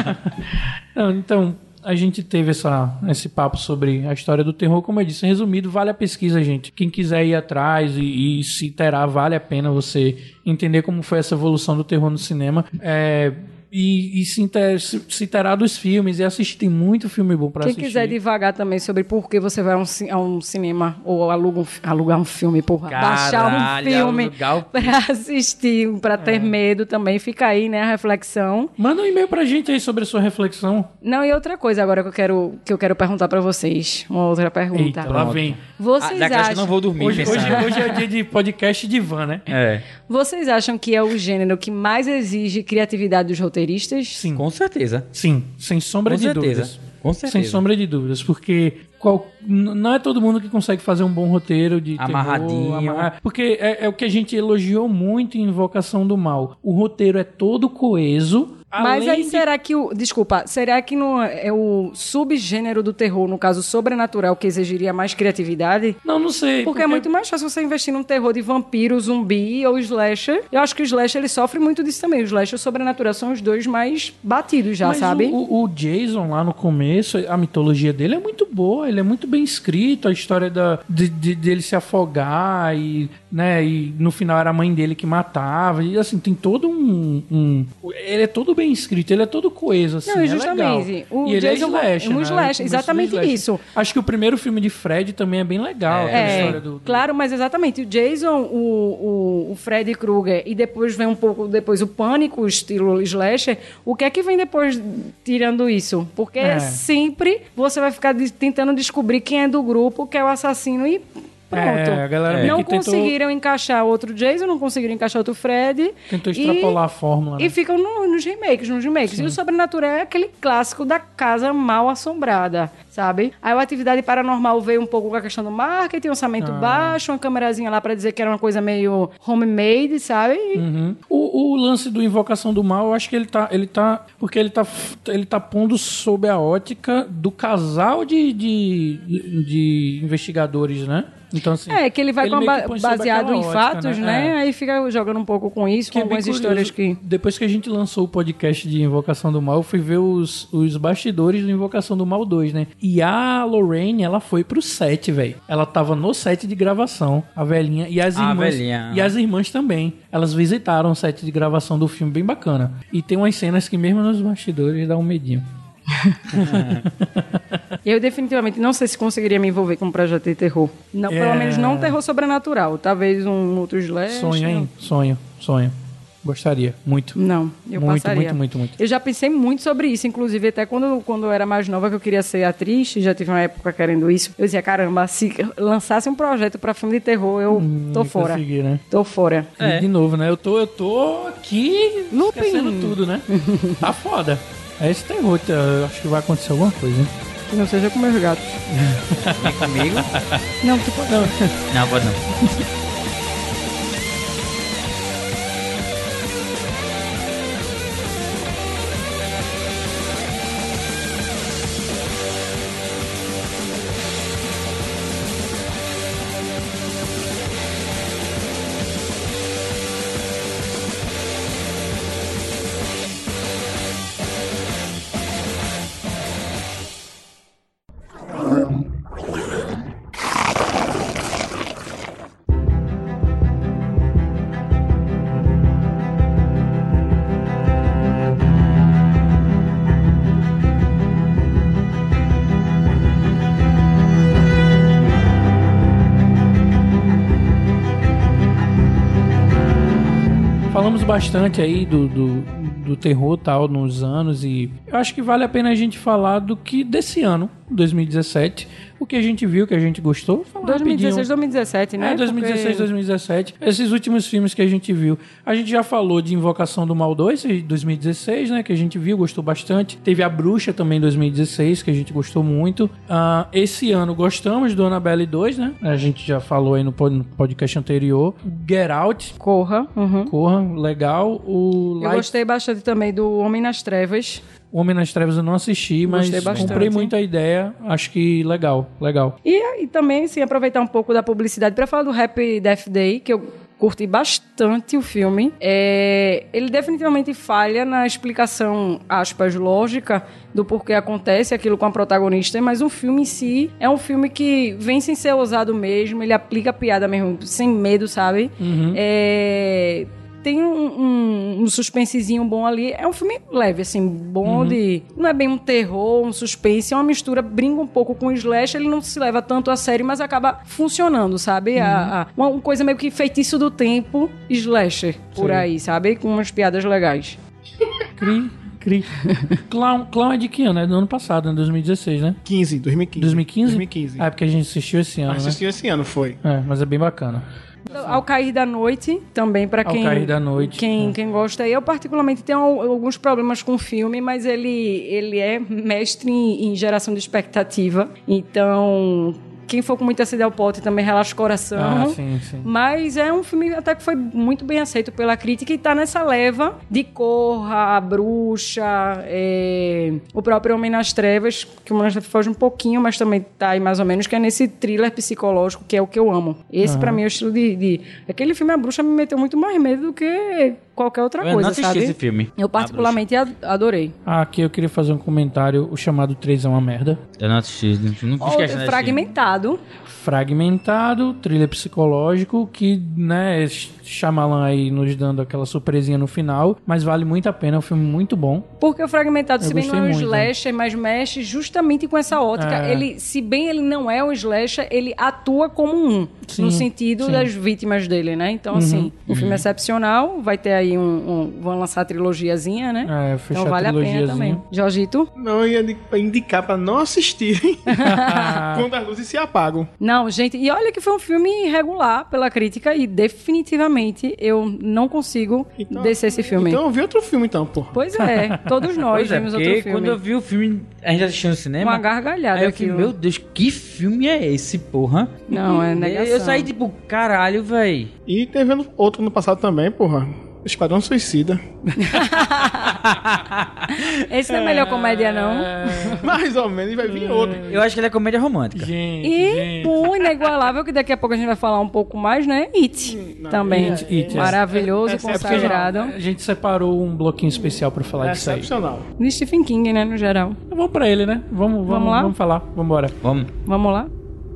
Não, então, a gente teve essa, esse papo sobre a história do terror, como eu disse, resumido, vale a pesquisa, gente. Quem quiser ir atrás e, e se interar, vale a pena você entender como foi essa evolução do terror no cinema. É... E, e se, inter, se, se interar dos filmes e assistir. Tem muito filme bom pra Quem assistir. quiser divagar também sobre por que você vai a um, ci- a um cinema ou aluga um, fi- alugar um filme, porra. Baixar um Caralho, filme alugar o- pra assistir, pra ter medo também. Fica aí, né, a reflexão. Manda um e-mail pra gente aí sobre a sua reflexão. Não, e outra coisa agora que eu quero, que eu quero perguntar pra vocês. Uma outra pergunta. Eita, lá vem. Vocês Ah, daqui a pouco eu acham... não vou dormir Hoje, hoje, pensando. hoje é dia de podcast de van, né? É. Vocês acham que é o gênero que mais exige criatividade dos roteiristas? Sim. Com certeza. Sim, sem sombra Com de certeza. dúvidas. Com certeza. Sem sombra de dúvidas, porque qual, n- não é todo mundo que consegue fazer um bom roteiro de Amarradinho. terror, amarrar- porque é, é o que a gente elogiou muito em Invocação do Mal. O roteiro é todo coeso. Mas além aí de- será que o... Desculpa, será que não é o subgênero do terror, no caso sobrenatural, que exigiria mais criatividade? Não, não sei. Porque, é muito mais fácil você investir num terror de vampiro, zumbi ou slasher. Eu acho que o slasher, ele sofre muito disso também. O slasher e o sobrenatural são os dois mais batidos já, Mas sabe? O, o- o Jason lá no começo, a mitologia dele é muito boa, ele é muito bem escrito, a história da, de, de- dele se afogar e, né, e no final era a mãe dele que matava. E assim, tem todo um. um- ele é todo bem escrito, ele é todo coeso, assim. Não, e é justamente, legal. o e ele Jason- é slasher, um né? slasher, O começo do exatamente slasher. isso. Acho que o primeiro filme de Fred também é bem legal. aquela É, história do, do- claro, mas exatamente. O Jason, o, o, o Freddy Krueger e depois vem um pouco depois o Pânico, estilo slasher. O que é que vem depois tirando isso? Porque É. sempre você vai ficar de- tentando descobrir quem é do grupo, que é o assassino e Pronto. É, a galera meio não que tentou- conseguiram encaixar outro Jason, não conseguiram encaixar outro Fred. Tentou extrapolar e, a fórmula, né? E ficam no- nos remakes, nos remakes. Sim. E o Sobrenatural é aquele clássico da casa mal assombrada, sabe? Aí o Atividade Paranormal veio um pouco com a questão do marketing, orçamento Ah. baixo, uma câmerazinha lá pra dizer que era uma coisa meio homemade, sabe? E- Uhum. O, o lance do Invocação do Mal, eu acho que ele tá. Ele tá. Porque ele tá, ele tá pondo sob a ótica do casal de, de, de investigadores, né? Então, assim. É, que ele vai com a meio ba- que põe sob baseado aquela em ótica, fatos, né? É. Aí fica jogando um pouco com isso, Que com é bem algumas curioso. histórias que... Depois que a gente lançou o podcast de Invocação do Mal, eu fui ver os, os bastidores do Invocação do Mal dois, né? E a Lorraine, ela foi pro set, velho. Ela tava no set de gravação, a velhinha, e as A irmãs. velhinha. E as irmãs também. Elas visitaram o set de gravação do filme, bem bacana. E tem umas cenas que mesmo nos bastidores dá um medinho. Eu definitivamente não sei se conseguiria me envolver com um projeto de terror. Não, É. Pelo menos não terror sobrenatural. Talvez um outro slash. Sonho, hein? Sonho, sonho. Gostaria, muito. Não, eu muito, passaria. Muito, muito, muito. Eu já pensei muito sobre isso, inclusive até quando, quando eu era mais nova que eu queria ser atriz, já tive uma época querendo isso. Eu dizia, caramba, se lançasse um projeto pra filme de terror, eu tô Não fora. consegui, né? Tô fora. E de novo, né? Eu tô, eu tô aqui Looping. esquecendo tudo, né? Tá foda. É esse terror, tá? Eu acho que vai acontecer alguma coisa, hein? Que não seja com meus gatos. Nem comigo? Não, tu pode. Não. Não, pode não. Falamos bastante aí do, do, do terror tal nos anos e eu acho que vale a pena a gente falar do que desse ano, dois mil e dezessete, o que a gente viu, o que a gente gostou. Falar dois mil e dezesseis, rapidinho. dois mil e dezessete, né? É, dois mil e dezesseis, Porque- dois mil e dezessete. Esses últimos filmes que a gente viu. A gente já falou de Invocação do Mal dois, de dois mil e dezesseis, né? Que a gente viu, gostou bastante. Teve A Bruxa também, em dois mil e dezesseis, que a gente gostou muito. Ah, esse ano gostamos do Annabelle dois, né? A gente já falou aí no pod- no podcast anterior. Get Out. Corra. Uhum. Corra, legal. O Eu Light... gostei bastante também do Homem nas Trevas. O Homem nas Trevas eu não assisti, mas Gostei bastante. comprei muito a ideia. Acho que legal, legal. E, e também, assim, aproveitar um pouco da publicidade para falar do Happy Death Day, que eu curti bastante o filme. É, ele definitivamente falha na explicação, aspas, lógica do porquê acontece aquilo com a protagonista, mas o filme em si é um filme que vem sem ser ousado mesmo, ele aplica a piada mesmo, sem medo, sabe? Uhum. É... Tem um, um, um suspensezinho bom ali. É um filme leve, assim, bom Uhum. de... Não é bem um terror, um suspense. É uma mistura, brinca um pouco com o slash. Ele não se leva tanto a sério, mas acaba funcionando, sabe? Uhum. A, a- uma, uma coisa meio que feitiço do tempo, slasher, por Sim. aí, sabe? Com umas piadas legais. Cri, cri. Clown, Clown é de que ano? É do ano passado, né? dois mil e dezesseis, né? quinze, dois mil e quinze. dois mil e quinze? dois mil e quinze. Ah, é porque a gente assistiu esse ano, Assistiu esse ano, foi. né? É, mas é bem bacana. Ao Cair da Noite, também para Ao quem... Cair da Noite, Quem, é. quem gosta. Eu, particularmente, tenho al- alguns problemas com o filme, mas ele, ele é mestre em, em geração de expectativa. Então... Quem for com muita sede ao pote também relaxa o coração. Ah, sim, sim. Mas é um filme até que foi muito bem aceito pela crítica e tá nessa leva de Corra, A Bruxa, é, o próprio Homem nas Trevas, que o Homem nas Trevas foge um pouquinho, mas também tá aí mais ou menos, que é nesse thriller psicológico, que é o que eu amo. Esse, Aham. pra mim, é o estilo de, de... Aquele filme A Bruxa me meteu muito mais medo do que qualquer outra Eu coisa, não assisti sabe? esse filme. Eu particularmente a- adorei. Ah, aqui eu queria fazer um comentário. O chamado três é uma merda. Eu não assisti, não, não fiz questão de assistir. Fragmentado. Fragmentado, thriller psicológico, que, né, Shyamalan aí nos dando aquela surpresinha no final, mas vale muito a pena, é um filme muito bom. Porque o Fragmentado, Eu se bem não é um gostei muito. slasher, mas mexe justamente com essa ótica. É. Ele, se bem ele não é um slasher, ele atua como um, Sim, no sentido sim. das vítimas dele, né? Então, Uhum, assim, um uhum. filme excepcional, vai ter aí um... um vão lançar a trilogiazinha, né? É, fechar então vale a a pena trilogiazinha. também. Jorgito? Não, eu ia indi- indicar pra não assistirem quando as luzes se Ah, pago. Não, gente, e olha que foi um filme irregular pela crítica e definitivamente eu não consigo então, descer esse filme. Então eu vi outro filme então, pô. Pois é, todos nós pois vimos é, outro filme. Quando eu vi o filme, a gente assistiu no cinema. Uma gargalhada aí eu aqui. fiquei, meu Deus, que filme é esse, porra? Não, é negação. Eu, eu saí tipo, caralho, véi. E teve outro no passado também, porra. Esquadrão Suicida. Esse não é melhor comédia, não? Mais ou menos, vai vir outro. Eu acho que ele é comédia romântica. Gente, e gente. um inigualável, que daqui a pouco a gente vai falar um pouco mais, né? It. Não, também. It, It, maravilhoso, é, é, consagrado. É a gente separou um bloquinho especial pra falar é disso aí. Excepcional. De Stephen King, né, no geral. Vamos pra ele, né? Vamos, vamos, vamos lá? Vamos falar. Vamos embora. Vamos. Vamos lá?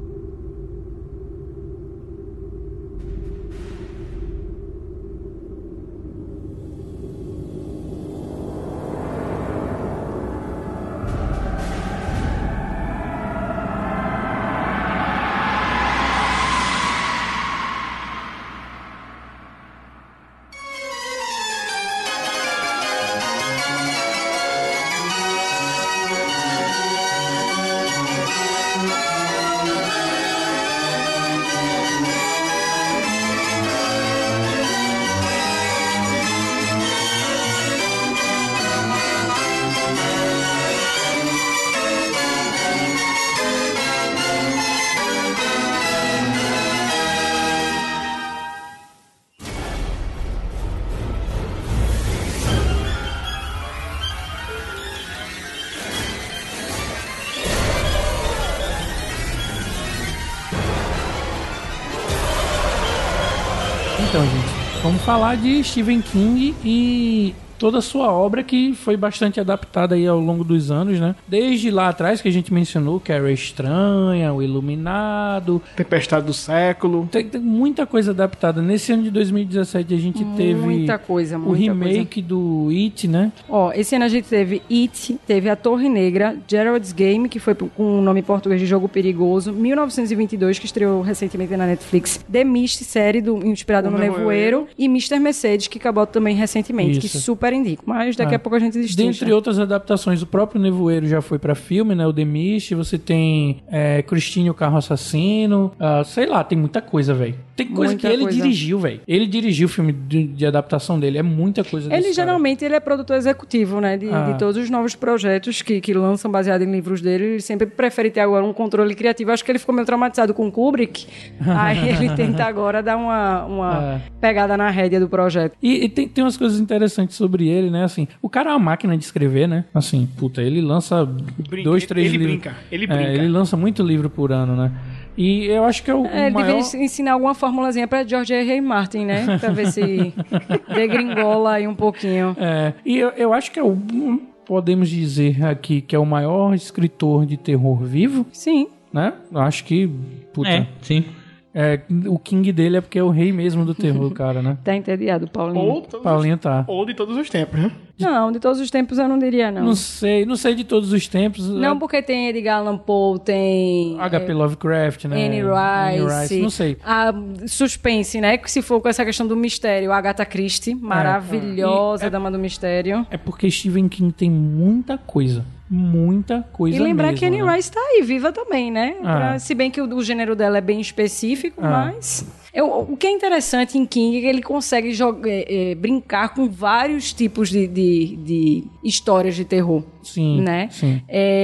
Então, gente, vamos falar de Stephen King e toda a sua obra que foi bastante adaptada aí ao longo dos anos, né? Desde lá atrás que a gente mencionou Carrie Estranha, O Iluminado, Tempestade do Século. Tem, tem muita coisa adaptada. Nesse ano de dois mil e dezessete a gente muita teve muita coisa, muita o remake coisa. do It, né? Ó, esse ano a gente teve It, teve A Torre Negra, Gerald's Game, que foi com o nome em português de Jogo Perigoso, mil novecentos e vinte e dois, que estreou recentemente na Netflix, The Mist, série do, inspirada no Nevoeiro, Nevoeiro, e mister Mercedes, que acabou também recentemente, Isso. que super indico, mas daqui Ah. a pouco a gente destrincha. Dentre outras adaptações, o próprio Nevoeiro já foi pra filme, né? O The Mist, você tem é, Christine, o Carro Assassino, uh, sei lá, tem muita coisa, velho. Tem coisa Muita que ele coisa. dirigiu, velho. Ele dirigiu o filme de, de adaptação dele, é muita coisa desse Ele cara. geralmente ele é produtor executivo, né? De, Ah. de todos os novos projetos que, que lançam baseado em livros dele. Ele sempre prefere ter agora um controle criativo. Acho que ele ficou meio traumatizado com o Kubrick. Aí ele tenta agora dar uma, uma É. pegada na rédea do projeto. E, e tem, tem umas coisas interessantes sobre ele, né? Assim, o cara é uma máquina de escrever, né? Assim, puta, ele lança Brinca, dois, três ele livros. brinca, ele É, brinca. ele lança muito livro por ano, né? E eu acho que é o, É, o ele maior... devia ensinar alguma formulazinha pra George R. R. Martin, né? Pra ver se degringola aí um pouquinho. É, e eu, eu acho que é o... Podemos dizer aqui que é o maior escritor de terror vivo. Sim. Né? Eu acho que... Puta, É, sim. É, o King dele é porque é o rei mesmo do terror, cara, né? Tá entediado, Paulinho. Ou, todos Paulinho tá. os, ou de todos os tempos, né? Não, de todos os tempos eu não diria, não. Não sei, não sei de todos os tempos. Não, porque tem Edgar Allan Poe, tem... H P Lovecraft, né? Anne Anne Rice. Não sei. A suspense, né? Que se for com essa questão do mistério, a Agatha Christie, maravilhosa E é- Dama do Mistério. É porque Stephen King tem muita coisa. Muita coisa E lembrar mesmo, que Anne né? Rice tá aí, viva também, né? Ah. Pra- se bem que o, o gênero dela é bem específico, Ah. mas... Eu, o que é interessante em King é que ele consegue jogar, é, é, brincar com vários tipos de, de, de histórias de terror. Sim, Né? sim.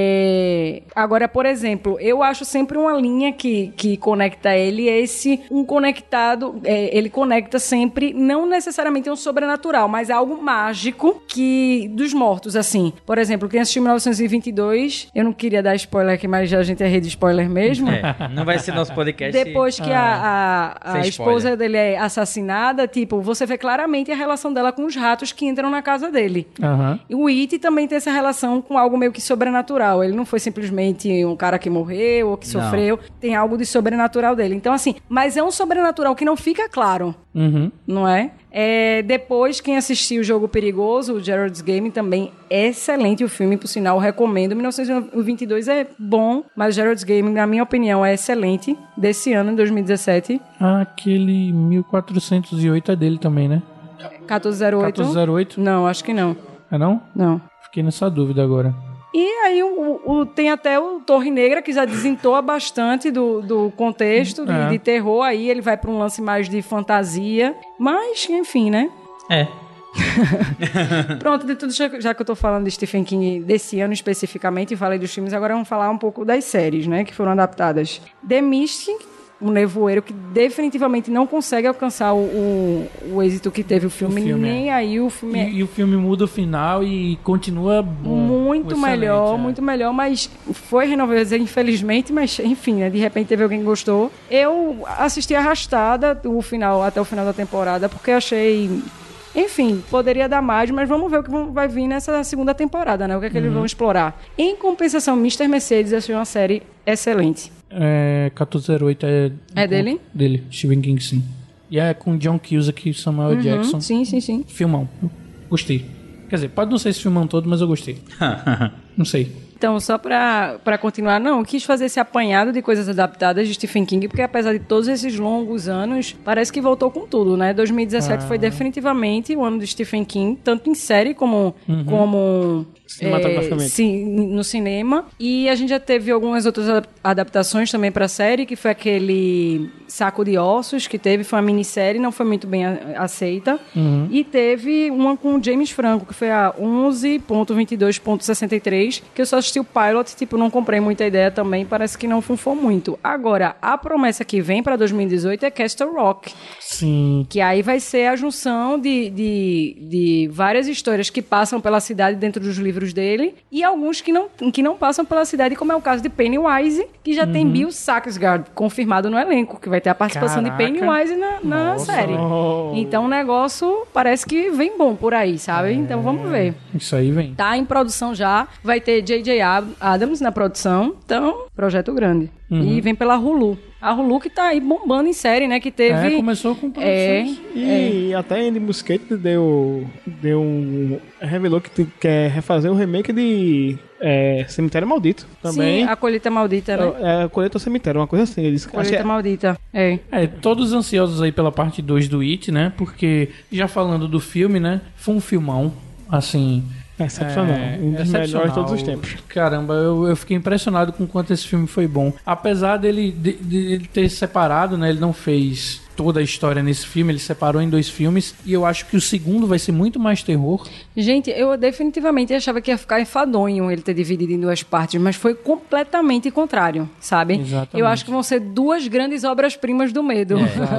É, agora, por exemplo, eu acho sempre uma linha que, que conecta ele, esse um conectado, é, ele conecta sempre, não necessariamente um sobrenatural, mas algo mágico que dos mortos, assim. Por exemplo, quem assistiu mil novecentos e vinte e dois, eu não queria dar spoiler aqui, mas já a gente é rede de spoiler mesmo. É, não vai ser nosso podcast. Depois que a, a, a Sem esposa spoiler. dele é assassinada, tipo, você vê claramente a relação dela com os ratos que entram na casa dele. Aham. E o It também tem essa relação com algo meio que sobrenatural. Ele não foi simplesmente um cara que morreu ou que Não. sofreu. Tem algo de sobrenatural dele. Então, assim, mas é um sobrenatural que não fica claro, Uhum. não é? É, depois, quem assistiu o Jogo Perigoso, o Gerald's Game, também é excelente o filme, por sinal, recomendo. mil novecentos e vinte e dois é bom, mas Gerald's Game, na minha opinião, é excelente. Desse ano, dois mil e dezessete. Aquele mil quatrocentos e oito é dele também, né? quatorze zero oito. quatorze zero oito? Não, acho que não. É não? Não. Fiquei nessa dúvida agora. E aí o, o- tem até o Torre Negra, que já desentoa bastante do, do contexto de, É. de terror. Aí ele vai para um lance mais de fantasia. Mas, enfim, né? É. Pronto, de tudo, já já que eu tô falando de Stephen King desse ano especificamente, e falei dos filmes, agora vamos falar um pouco das séries, né, que foram adaptadas. The Mist, um nevoeiro que definitivamente não consegue alcançar o, o, o êxito que teve o filme, O filme, nem é. aí o filme é E, e o filme muda o final e continua bom. muito excelente, melhor, é. muito melhor, mas foi renovado, infelizmente, mas enfim, né, de repente teve alguém que gostou. Eu assisti arrastada o final, até o final da temporada, porque achei... Enfim, poderia dar mais, mas vamos ver o que vão- vai vir nessa segunda temporada, né? O que é que eles Uhum. vão explorar. Em compensação, mister Mercedes achei uma série excelente. É, quatorze zero oito é... É dele? Dele, Stephen King, sim. E é com John Cusack e Samuel Uhum, Jackson. Sim, sim, sim. Filmão. Gostei. Quer dizer, pode não ser esse filmão todo, mas eu gostei. Não sei. Então, só pra, pra continuar, não, eu quis fazer esse apanhado de coisas adaptadas de Stephen King, porque apesar de todos esses longos anos, parece que voltou com tudo, né? dois mil e dezessete Ah. foi definitivamente o ano de Stephen King, tanto em série como, Uhum. como Cinematograficamente. é, sim, no cinema. E a gente já teve algumas outras adap- adaptações também pra série, que foi aquele Saco de Ossos, que teve, foi uma minissérie, não foi muito bem a- aceita. Uhum. E teve uma com o James Franco, que foi a onze ponto vinte e dois ponto sessenta e três, que eu só assisti o pilot, tipo, não comprei muita ideia também, parece que não funfou muito. Agora, a promessa que vem pra dois mil e dezoito é Castle Rock, Sim. que aí vai ser a junção de, de, de várias histórias que passam pela cidade dentro dos livros dele e alguns que não, que não passam pela cidade, como é o caso de Pennywise, que já tem Uhum. Bill Skarsgård confirmado no elenco, que vai ter a participação Caraca. de Pennywise na, na Nossa. série. Oh. Então o negócio parece que vem bom por aí, sabe? Então vamos ver. Isso aí vem. Tá em produção já, vai ter J J Adams na produção, então, projeto grande. Uhum. E vem pela Hulu. A Hulu que tá aí bombando em série, né? Que teve... É, começou com É, produções. E até Andy Muschietti deu, deu um, revelou que te- quer refazer o remake de é, Cemitério Maldito também. Sim, A Colheita Maldita, né? É, é Colheita ao Cemitério, uma coisa assim. Ele disse, acho que Colheita é- Maldita, é. É, todos ansiosos aí pela parte dois do It, né? Porque, já falando do filme, né? Foi um filmão, assim... Excepcional. Um dos melhores de todos os tempos. Caramba, eu, eu fiquei impressionado com o quanto esse filme foi bom. Apesar dele de, de ele ter separado, né? Ele não fez toda a história nesse filme, ele separou em dois filmes. E eu acho que o segundo vai ser muito mais terror. Gente, eu definitivamente achava que ia ficar enfadonho ele ter dividido em duas partes, mas foi completamente contrário, sabe? Exatamente. Eu acho que vão ser duas grandes obras-primas do medo.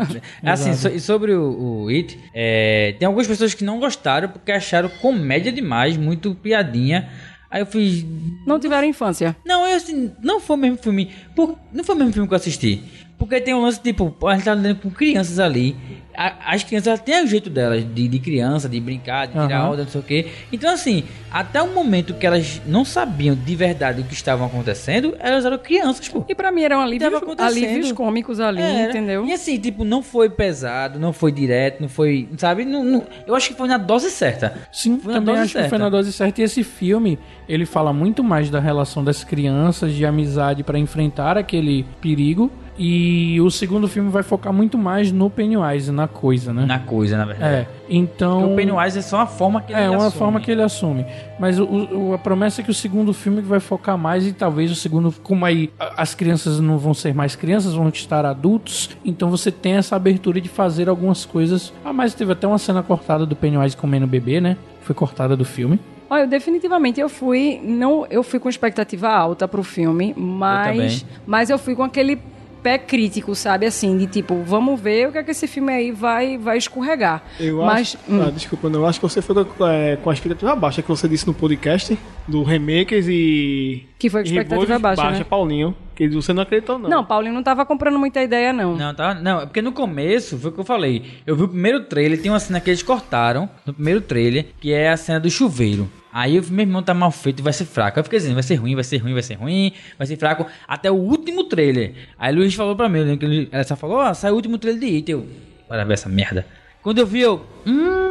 É assim, so- e sobre o, o It, é, tem algumas pessoas que não gostaram porque acharam comédia demais, muito piadinha. Aí eu fiz. Não tiveram infância. Não, eu assim, não foi o mesmo filme. Por, não foi o mesmo filme que eu assisti. Porque tem um lance, tipo, a gente tá lidando com crianças ali. A- as crianças, elas têm o jeito delas, de, de criança, de brincar, de tirar Aham. onda, não sei o quê. Então, assim, até o momento que elas não sabiam de verdade o que estava acontecendo, elas eram crianças, pô. E pra mim eram alívios, Tava acontecendo. alívios cômicos ali, Era. entendeu? E assim, tipo, não foi pesado, não foi direto, não foi, sabe? Não, não- eu acho que foi na dose certa. Sim, Foi na também dose acho que certa. foi na dose certa. E esse filme, ele fala muito mais da relação das crianças, de amizade para enfrentar aquele perigo. E o segundo filme vai focar muito mais no Pennywise, na coisa, né? Na coisa, na verdade. É, então... Porque o Pennywise é só uma forma que ele É, uma assume. forma que ele assume. Mas o, o- a promessa é que o segundo filme vai focar mais e talvez o segundo... Como aí a- as crianças não vão ser mais crianças, vão estar adultos. Então você tem essa abertura de fazer algumas coisas. Ah, mas teve até uma cena cortada do Pennywise comendo bebê, né? Foi cortada do filme. Olha, eu definitivamente eu fui, não, eu fui com expectativa alta pro filme, mas, também. mas eu fui com aquele pé crítico, sabe, assim, de tipo, vamos ver o que é que esse filme aí vai, vai escorregar. Eu mas, acho. hum, Ah, desculpa, não. Eu acho que você foi com, é, com a expectativa baixa que você disse no podcast do Remakes e. Que foi com e expectativa reboots baixa, né? Paulinho. Que você não acreditou, não. não, Paulinho não tava comprando muita ideia, não. Não, tá? Não, é porque no começo, foi o que eu falei. Eu vi o primeiro trailer, tem uma cena que eles cortaram no primeiro trailer, que é a cena do chuveiro. Aí eu vi, meu irmão, tá mal feito e vai ser fraco. Eu fiquei dizendo, vai ser ruim, vai ser ruim, vai ser ruim, vai ser fraco. Até o último trailer. Aí o Luiz falou pra mim, eu lembro que ele- ela só falou, ó, saiu o último trailer de It. Eu, para ver essa merda. Quando eu vi, eu, hum,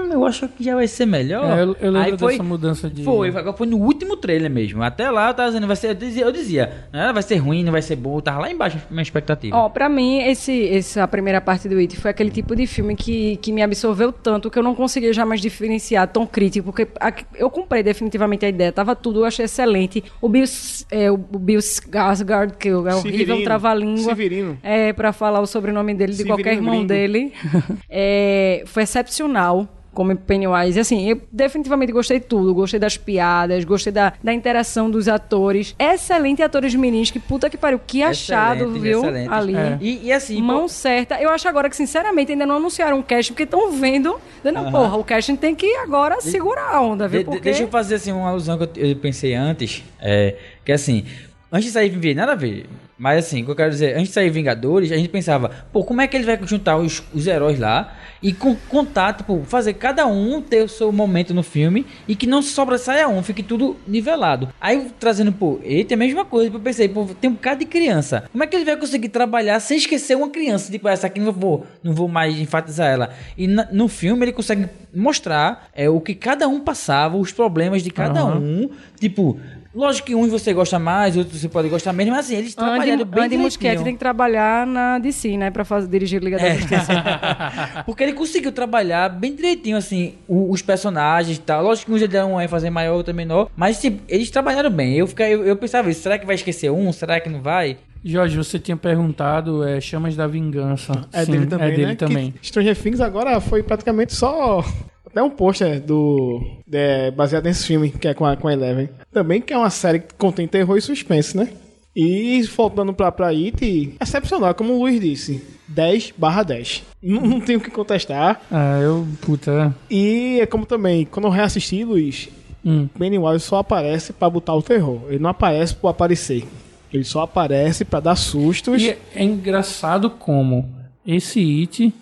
hum, eu acho que já vai ser melhor. É, eu, eu lembro Aí foi, dessa mudança de... Foi, agora foi no último trailer mesmo. Até lá eu tava dizendo, vai ser, eu dizia, eu dizia não, vai ser ruim, não vai ser bom, eu tava lá embaixo minha expectativa. Ó, pra mim, esse, essa primeira parte do It foi aquele tipo de filme que, que me absorveu tanto que eu não conseguia jamais diferenciar tão crítico, porque a, eu comprei definitivamente a ideia, tava tudo, eu achei excelente. O Bill, é, o Bill Skarsgård, que é horrível, Severino. um trava-língua, Severino. é, pra falar o sobrenome dele, de Severino qualquer irmão gringo. dele, é, foi excepcional. Como Pennywise, e assim, eu definitivamente gostei de tudo, gostei das piadas, gostei da, da interação dos atores, excelente atores meninos, que puta que pariu, que achado, Excelente, viu, excelente. ali. É. E, e assim, mão pô, certa, eu acho agora que sinceramente ainda não anunciaram um casting, porque estão vendo, dando, Aham. porra, o casting tem que agora segurar a onda, viu, de- porque... deixa eu fazer assim uma alusão que eu, eu pensei antes, é, que assim, antes de sair Vingadores, nada a ver, mas assim, o que eu quero dizer, antes de sair Vingadores, a gente pensava, pô, como é que ele vai juntar os, os heróis lá e com, contar, tipo, fazer cada um ter o seu momento no filme e que não sobressaia um, fique tudo nivelado. Aí trazendo, pô, eita, é a mesma coisa, eu pensei, pô, tem um bocado de criança, como é que ele vai conseguir trabalhar sem esquecer uma criança, tipo, essa aqui não vou, não vou mais enfatizar ela. E na, no filme ele consegue mostrar é, o que cada um passava, os problemas de cada Uhum. um, tipo... Lógico que uns você gosta mais, outros você pode gostar menos, mas assim, eles trabalharam Andy, bem Andy Muschietti direitinho. tem que trabalhar na D C, né, pra fazer, dirigir Liga da É. Justiça. Porque ele conseguiu trabalhar bem direitinho, assim, o- os personagens e tal. Lógico que uns deram uma ênfase maior, outro menor, mas tipo, eles trabalharam bem. Eu, fica, eu, eu pensava isso, será que vai esquecer um? Será que não vai? Jorge, você tinha perguntado é, Chamas da Vingança. É Sim, dele também, é dele né? também. Que Stranger Things agora foi praticamente só... Até um pôster do... É, baseado nesse filme, que é com a, com a Eleven. Também que é uma série que contém terror e suspense, né? E voltando pra, pra It, excepcional, como o Luiz disse. dez barra dez. Não, não tenho o que contestar. Ah, eu... Puta... E é como também, quando eu reassisti, Luiz, Hum. Pennywise só aparece pra botar o terror. Ele não aparece por aparecer. Ele só aparece pra dar sustos. E é, é engraçado como esse It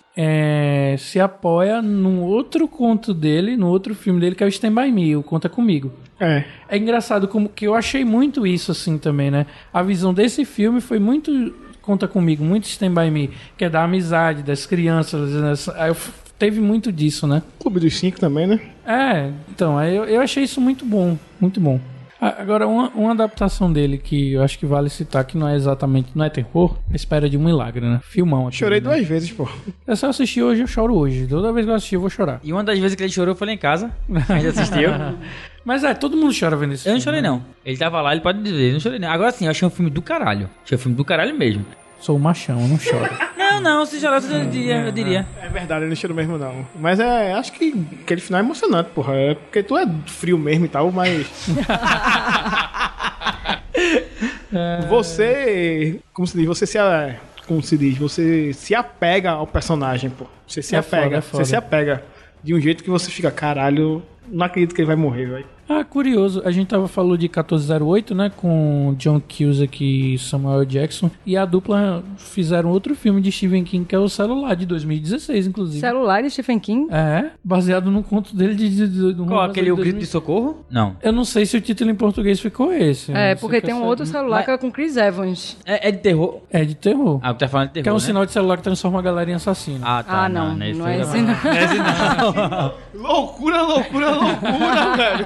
é, se apoia num outro conto dele, no outro filme dele, que é o Stand By Me, o Conta Comigo. É. É engraçado como que eu achei muito isso assim também, né? A visão desse filme foi muito Conta Comigo, muito Stand By Me, que é da amizade, das crianças. Né? Aí eu teve muito disso, né? Clube dos Cinco também, né? É, então, aí eu, eu achei isso muito bom, muito bom. Ah, agora, uma, uma adaptação dele que eu acho que vale citar, que não é exatamente, não é terror, A Espera de um Milagre, né? Filmão aqui. Chorei né? duas vezes, pô. Eu só assisti hoje, eu choro hoje. Toda vez que eu assistir, eu vou chorar. E uma das vezes que ele chorou foi lá em casa. A gente assistiu. Mas é, todo mundo chora vendo esse Eu não filme, chorei, né? não. Ele tava lá, ele pode dizer, eu não chorei, não. Agora sim, eu achei um filme do caralho. Achei um filme do caralho mesmo. Sou um machão, eu não choro. Não, não, se chorasse eu diria. Eu diria. É verdade, ele não chorou mesmo, não. Mas é, acho que aquele final é emocionante, porra. É porque tu é frio mesmo e tal, mas... Você, como se diz, você se, a- como se diz, você se apega ao personagem, pô. Você se É apega, foda, é foda. você se apega de um jeito que você fica, caralho, não acredito que ele vai morrer, velho. Ah, curioso. A gente tava falando de quatorze zero oito, né? Com John Cusack e Samuel Jackson. E a dupla fizeram outro filme de Stephen King, que é o Celular, de dois mil e dezesseis, inclusive. Celular de Stephen King? É, baseado num conto dele de... de, de, de um Qual, romance aquele de O Grito dois mil. de Socorro? Não. Eu não sei se o título em português ficou esse. É, Você porque quer tem um saber? outro celular que é com Chris Evans. É, é de terror? É de terror. Ah, tá falando de terror, Que é um né? sinal de celular que transforma a galera em assassino. Ah, tá. Ah, não. Não, Não, não é é esse esse, não. não. É esse não. Loucura, loucura, loucura, velho.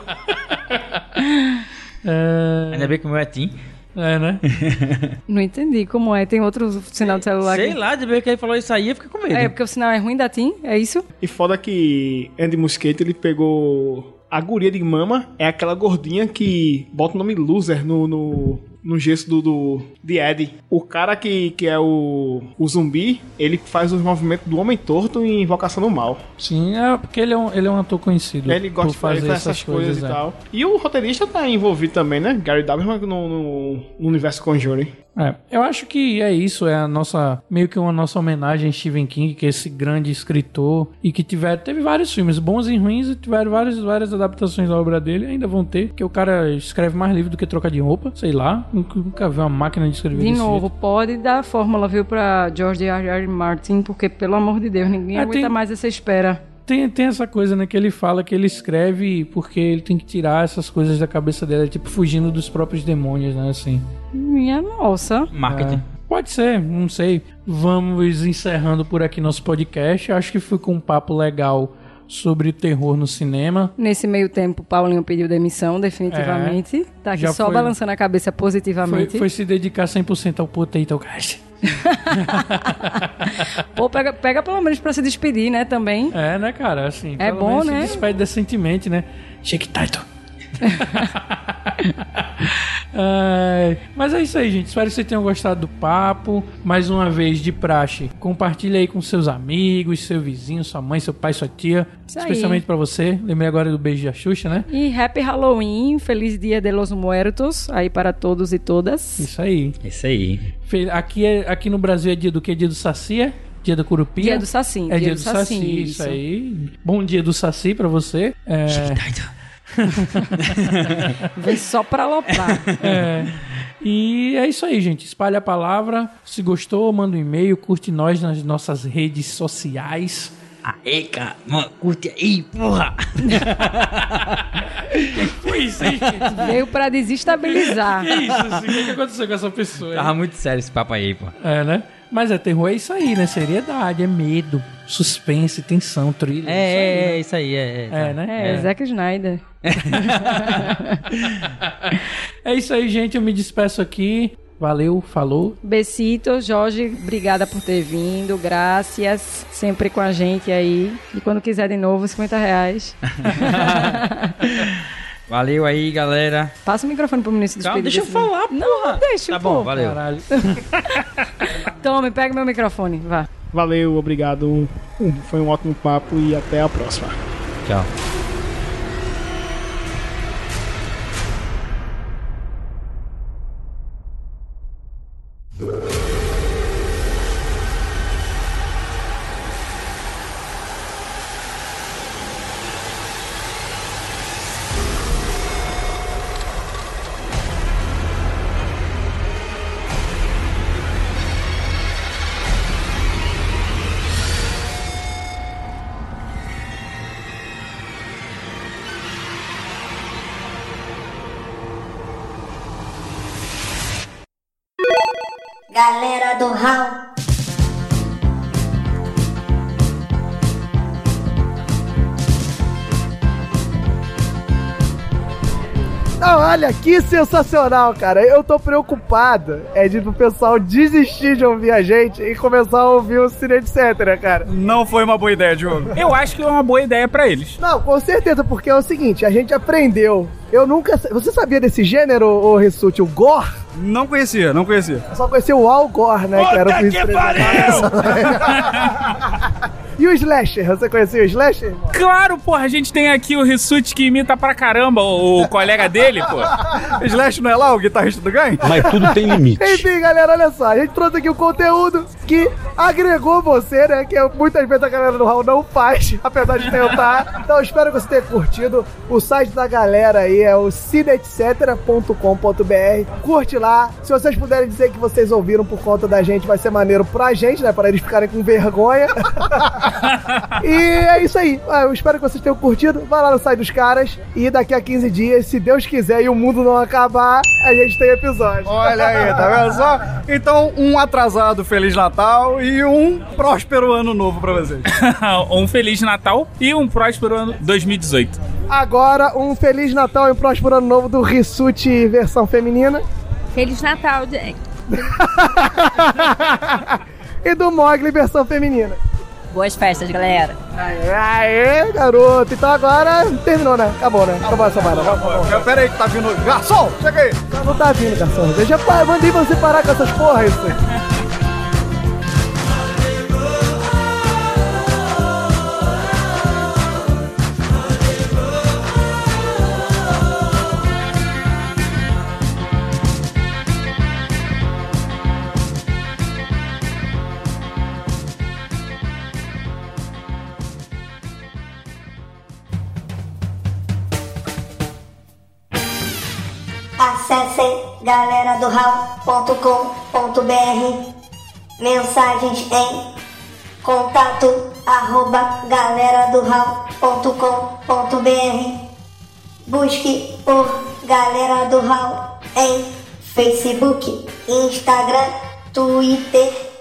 É... Ainda bem que o meu é Tim. É, né? Não entendi como é. Tem outro sinal de celular Sei aqui. lá, de ver que ele falou isso aí, eu fiquei com medo. É, porque o sinal é ruim da TIM? É isso? E foda que Andy Muschietti, ele pegou... A guria de Mama é aquela gordinha que bota o nome Loser no, no, no gesto do, do de Eddie. O cara que, que é o, o zumbi, ele faz os movimentos do Homem Torto em Invocação do Mal. Sim, é porque ele é um, ele é um ator conhecido. Ele gosta por de fazer fazer essas, essas coisas, coisas e é. tal. E o roteirista tá envolvido também, né? Gary Dauberman no, no, no universo Conjuring. É, eu acho que é isso, é a nossa, meio que uma nossa homenagem a Stephen King, que é esse grande escritor e que tiver, teve vários filmes bons e ruins e tiveram várias, várias adaptações da obra dele, ainda vão ter, porque o cara escreve mais livro do que troca de roupa, sei lá, nunca, nunca vi uma máquina de escrever De desse novo, jeito. pode dar a fórmula, viu, pra George R R. Martin, porque, pelo amor de Deus, ninguém É, aguenta tem- mais essa espera. Tem, tem essa coisa, né, que ele fala que ele escreve porque ele tem que tirar essas coisas da cabeça dele, tipo, fugindo dos próprios demônios, né, assim. Minha nossa. Marketing. É. Pode ser, não sei. Vamos encerrando por aqui nosso podcast. Acho que foi com um papo legal sobre o terror no cinema. Nesse meio tempo, Paulinho pediu demissão, definitivamente. É, tá aqui só foi, balançando a cabeça positivamente. Foi, foi se dedicar cem por cento ao Potato Cast. Pô, pega, pega pelo menos pra se despedir, né, também. É, né, cara, assim. É bom, né? Se despede decentemente, né? Shake title. é, mas é isso aí, gente. Espero que vocês tenham gostado do papo. Mais uma vez, de praxe, compartilha aí com seus amigos, seu vizinho, sua mãe, seu pai, sua tia. Isso especialmente aí. Pra você. Lembrei agora do beijo da Xuxa, né? E Happy Halloween, Feliz Dia de los Muertos aí para todos e todas. Isso aí. Isso aí. Aqui, é, aqui no Brasil é dia do quê? Dia do Saci, é? Dia do Curupira? Dia do Saci. É dia, dia do, do Saci, saci isso. isso aí. Bom dia do Saci pra você. É... Vem só pra aloprar. É. E é isso aí, gente. Espalha a palavra. Se gostou, manda um e-mail. Curte nós nas nossas redes sociais. Aê, cara. Mano, curte aí, porra. Que foi isso aí, gente? Veio pra desestabilizar. Que isso? Assim? O que aconteceu com essa pessoa aí? Tava muito sério esse papo aí, pô. É, né? Mas é terror, é isso aí, né? Seriedade, é medo, suspense, tensão, thriller. É, isso aí, né? é, isso aí, é. É, né? É, é. Zack Snyder. É isso aí, gente. Eu me despeço aqui. Valeu, falou. Besito, Jorge, obrigada por ter vindo. Graças, sempre com a gente aí. E quando quiser de novo, cinquenta reais. Valeu aí, galera. Passa o microfone pro menino se despedir. Calma, deixa eu falar, porra. Não, deixa, Tá pô. bom, valeu. Tome, pega meu microfone, vá. Valeu, obrigado. Foi um ótimo papo e até a próxima. Tchau. Galera do Hall. Não, olha, que sensacional, cara. Eu tô preocupado. É de o pessoal desistir de ouvir a gente e começar a ouvir o Cine Etc, cara. Não foi uma boa ideia, Diogo. Eu acho que é uma boa ideia pra eles. Não, com certeza, porque é o seguinte, a gente aprendeu. Eu nunca... Você sabia desse gênero, ô Rissuti, o gore? Não conhecia, não conhecia. Eu só conhecia o Al Gore, né? Puta que era o que pariu! E o Slasher? Você conhecia o Slasher, irmão? Claro, porra, a gente tem aqui o Rissuti que imita pra caramba o, o colega dele, pô. O Slasher não é lá o guitarrista do Gang? Mas tudo tem limite. Enfim, galera, olha só. A gente trouxe aqui um conteúdo que agregou você, né? Que muitas vezes a galera do Hall não faz, apesar de tentar. Então eu espero que você tenha curtido. O site da galera aí é o cine etc ponto com ponto b r. Curte lá. Se vocês puderem dizer que vocês ouviram por conta da gente, vai ser maneiro pra gente, né? Pra eles ficarem com vergonha. E é isso aí. Eu espero que vocês tenham curtido. Vai lá no site dos caras. E daqui a quinze dias, se Deus quiser e o mundo não acabar, a gente tem episódio. Olha aí, tá vendo só? Então, um atrasado Feliz Natal e um próspero ano novo pra vocês. Um Feliz Natal e um próspero ano dois mil e dezoito. Agora, um Feliz Natal e um próspero ano novo do Rissuti versão feminina. Feliz Natal, gente. E do Mogli versão feminina. Boas festas, galera. Aê, aê, garoto. Então agora terminou, né? Acabou, né? Acabou essa barra. Pera aí que tá vindo... Garçom, chega aí. Não, não tá vindo, garçom. Eu já mandei você parar com essas porra, isso aí. Acessem galera do hall ponto com ponto b r. Mensagens em contato arroba galera do hall ponto com ponto b r. Busque por Galera do Hall em Facebook, Instagram, Twitter